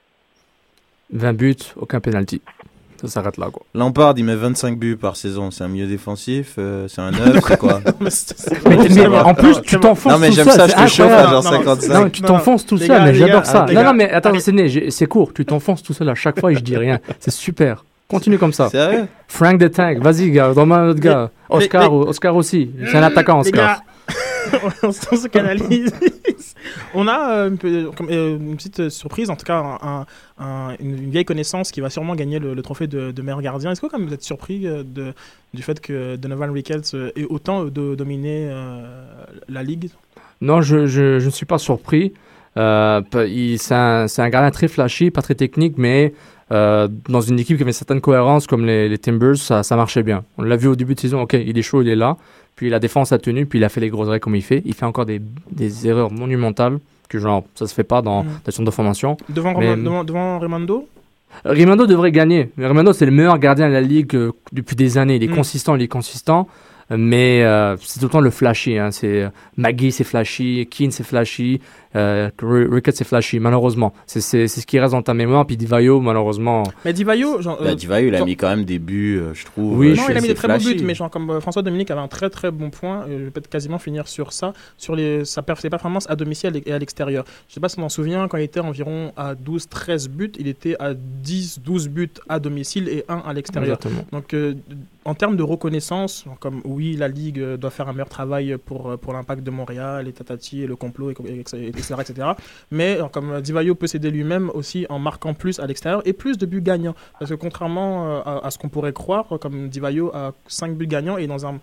Speaker 9: vingt buts, aucun penalty. Ça s'arrête là, quoi.
Speaker 10: Lampard, il met vingt-cinq buts par saison. C'est un milieu défensif, euh, c'est un neuf, c'est quoi?
Speaker 9: mais, mais, mais en plus, tu t'enfonces
Speaker 10: non, mais
Speaker 9: tout
Speaker 10: j'aime
Speaker 9: seul.
Speaker 10: ça, je te chauffe à genre cinquante-cinq.
Speaker 9: Non, tu t'enfonces tout seul, mais j'adore ça. Non, non, mais attends, c'est né, c'est court. Tu t'enfonces tout seul à chaque fois et je dis rien. C'est super. Continue comme ça.
Speaker 10: Sérieux?
Speaker 9: Frank the Tank, vas-y, gars, donne-moi un autre gars. Oscar, Oscar aussi. C'est un attaquant, Oscar.
Speaker 8: on se canalise. On a euh, une, euh, une petite surprise, en tout cas un, un, une, une vieille connaissance qui va sûrement gagner le, le trophée de, de meilleur gardien. Est-ce que quand même vous êtes surpris euh, de, du fait que Donovan Ricketts ait autant de, dominé euh, la Ligue?
Speaker 9: Non, je, je, je ne suis pas surpris. Euh, il, c'est, un, c'est un gardien très flashy, pas très technique, mais euh, dans une équipe qui avait une certaine cohérence comme les, les Timbers, ça, ça marchait bien. On l'a vu au début de saison, ok, il est chaud, il est là. Puis la défense a tenu, puis il a fait les gros arrêts comme il fait. Il fait encore des, des erreurs monumentales que genre ça se fait pas dans mmh. la centre de formation.
Speaker 8: Devant, mais, Roma, devant, devant Rimando
Speaker 9: Rimando devrait gagner. Rimando, c'est le meilleur gardien de la Ligue euh, depuis des années. Il est mmh. consistant, il est consistant. Mais euh, c'est tout le temps le flashy. Hein. C'est, euh, Magui, c'est flashy. Keane, c'est flashy. Euh, Ricketts, c'est flashy, malheureusement. C'est, c'est, c'est ce qui reste dans ta mémoire. Puis Divayo, malheureusement.
Speaker 8: Mais Divayo, genre.
Speaker 10: Bah, Divayo, il a genre... mis quand même des buts, euh, je trouve.
Speaker 8: Oui, non, il a mis des très flashy. Beaux buts. Mais genre, comme euh, François Dominique avait un très très bon point, euh, je vais peut-être quasiment finir sur ça, sur les, sa perf- ses performances à domicile et à l'extérieur. Je sais pas si on s'en souvient, quand il était environ à douze treize buts, il était à dix douze buts à domicile et un à l'extérieur.
Speaker 9: Exactement. Donc,
Speaker 8: euh, en termes de reconnaissance, comme oui, la Ligue doit faire un meilleur travail pour, pour l'Impact de Montréal, les Tatati, et le complot, et, et, et, et cetera, et cetera. Mais comme Divayo peut s'aider lui-même aussi en marquant plus à l'extérieur et plus de buts gagnants. Parce que contrairement à, à ce qu'on pourrait croire, comme Divayo a cinq buts gagnants et dans un...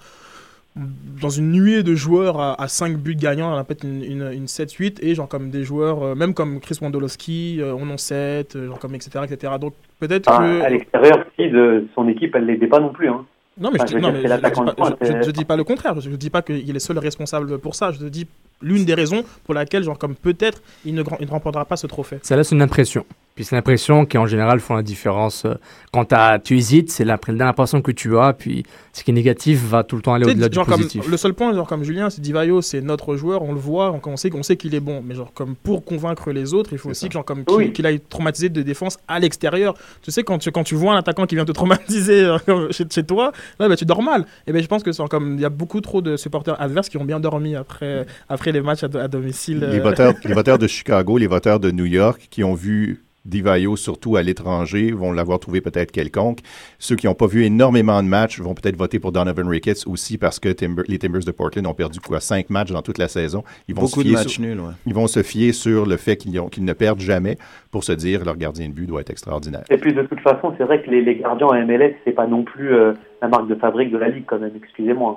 Speaker 8: dans une nuée de joueurs à, à cinq buts gagnants, on a peut-être une, une, une sept huit, et genre comme des joueurs, euh, même comme Chris Wondolowski, euh, on en sept, euh, genre comme et cetera, et cetera. Donc peut-être ah, que...
Speaker 13: À l'extérieur, si de son équipe, elle ne l'aidait pas non plus. Hein.
Speaker 8: Non, mais, enfin, je, je, non, mais je, je, pas, je, je, je dis pas le contraire. Je ne dis pas qu'il est seul responsable pour ça. Je te dis l'une des raisons pour laquelle, genre, comme peut-être, il ne, il ne remportera pas ce trophée.
Speaker 9: Ça laisse une impression. Puis c'est l'impression qui, en général, font la différence. Quand tu hésites, c'est l'impression que tu as. Puis ce qui est négatif va tout le temps aller au-delà du positif.
Speaker 8: Comme, le seul point, genre comme Julien, c'est Divayo, c'est notre joueur, on le voit, on, on sait qu'on sait qu'il est bon. Mais genre comme pour convaincre les autres, il faut c'est aussi que, genre, comme oui. qu'il, qu'il aille traumatiser de défense à l'extérieur. Tu sais, quand tu, quand tu vois un attaquant qui vient te traumatiser genre, chez, chez toi, là, bah, tu dors mal. Et ben, je pense que c'est comme il y a beaucoup trop de supporters adverses qui ont bien dormi après, après les matchs à, à domicile.
Speaker 11: Les voteurs, les voteurs de Chicago, les voteurs de New York qui ont vu Divayo, surtout à l'étranger, vont l'avoir trouvé peut-être quelconque. Ceux qui n'ont pas vu énormément de matchs vont peut-être voter pour Donovan Ricketts aussi parce que Timber, les Timbers de Portland ont perdu quoi, cinq matchs dans toute la saison. Ils vont
Speaker 10: Beaucoup
Speaker 11: se fier
Speaker 10: de matchs
Speaker 11: sur,
Speaker 10: nuls, ouais.
Speaker 11: Ils vont se fier sur le fait qu'ils, ont, qu'ils ne perdent jamais pour se dire leur gardien de but doit être extraordinaire.
Speaker 13: Et puis de toute façon, c'est vrai que les, les gardiens en M L S, c'est pas non plus euh, la marque de fabrique de la Ligue quand même, excusez-moi.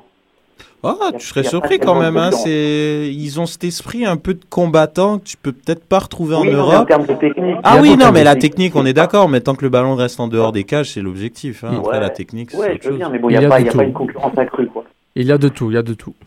Speaker 10: Ah, tu serais surpris quand même, hein. C'est... Ils ont cet esprit un peu de combattant que tu peux peut-être pas retrouver
Speaker 13: oui,
Speaker 10: en Europe.
Speaker 13: En termes de technique.
Speaker 10: Ah oui, non, mais la technique, on est d'accord, mais tant que le ballon reste en dehors des cages, c'est l'objectif. Hein. Après,
Speaker 13: ouais.
Speaker 10: la technique, c'est
Speaker 13: ouais,
Speaker 10: autre
Speaker 13: je veux
Speaker 10: chose.
Speaker 13: bien, mais bon, il n'y a, a, pas, y a pas une concurrence accrue, quoi.
Speaker 9: Il y a de tout, il y a de tout.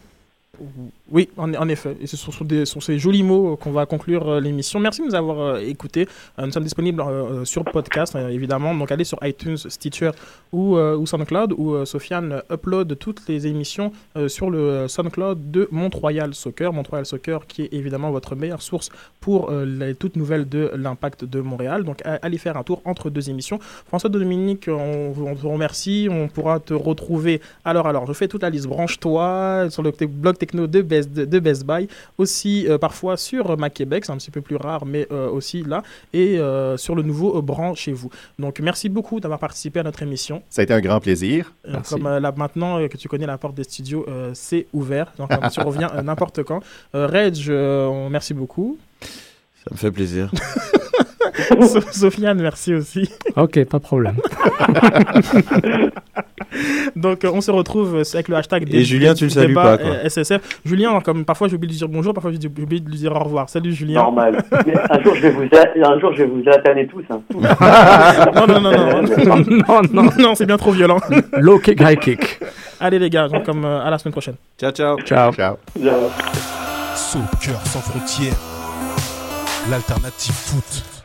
Speaker 8: Oui, en, en effet. Et ce sont, sont, des, sont ces jolis mots qu'on va conclure euh, l'émission. Merci de nous avoir euh, écoutés. Euh, nous sommes disponibles euh, sur podcast, euh, évidemment. Donc, allez sur iTunes, Stitcher ou, euh, ou SoundCloud, où euh, Sofiane upload toutes les émissions euh, sur le SoundCloud de Mont-Royal Soccer. Mont-Royal Soccer, qui est évidemment votre meilleure source pour euh, les toutes nouvelles de l'Impact de Montréal. Donc, à, allez faire un tour entre deux émissions. François Dominique, on, on te remercie. On pourra te retrouver. Alors, alors, je fais toute la liste. Branche-toi sur le t- blog techno de Best De, de Best Buy, aussi euh, parfois sur Mac Québec, c'est un petit peu plus rare, mais euh, aussi là, et euh, sur le nouveau euh, Branchez-vous. Donc merci beaucoup d'avoir participé à notre émission.
Speaker 11: Ça a été un grand plaisir.
Speaker 8: Euh, comme euh, là, maintenant euh, que tu connais la porte des studios, euh, c'est ouvert, donc euh, tu reviens euh, n'importe quand. Euh, Reg, euh, merci beaucoup.
Speaker 10: Ça me fait plaisir.
Speaker 8: Sofiane, merci aussi.
Speaker 9: Ok, pas de problème.
Speaker 8: Donc, euh, on se retrouve avec le hashtag.
Speaker 10: Et Julien, tu le salues pas, quoi.
Speaker 8: S S F. Julien, comme parfois j'ai oublié de lui dire bonjour, parfois j'ai oublié de lui dire au revoir. Salut Julien.
Speaker 13: Normal. un jour, je vais vous, a... un jour, je vais vous attaner tous. Hein.
Speaker 8: non, non, non, non, non, non, non, non, c'est bien trop violent.
Speaker 9: Low kick, high kick.
Speaker 8: Allez les gars, donc comme euh, à la semaine prochaine.
Speaker 10: Ciao, ciao.
Speaker 9: Ciao.
Speaker 11: Ciao.
Speaker 6: Soccer sans frontières, l'alternative foot.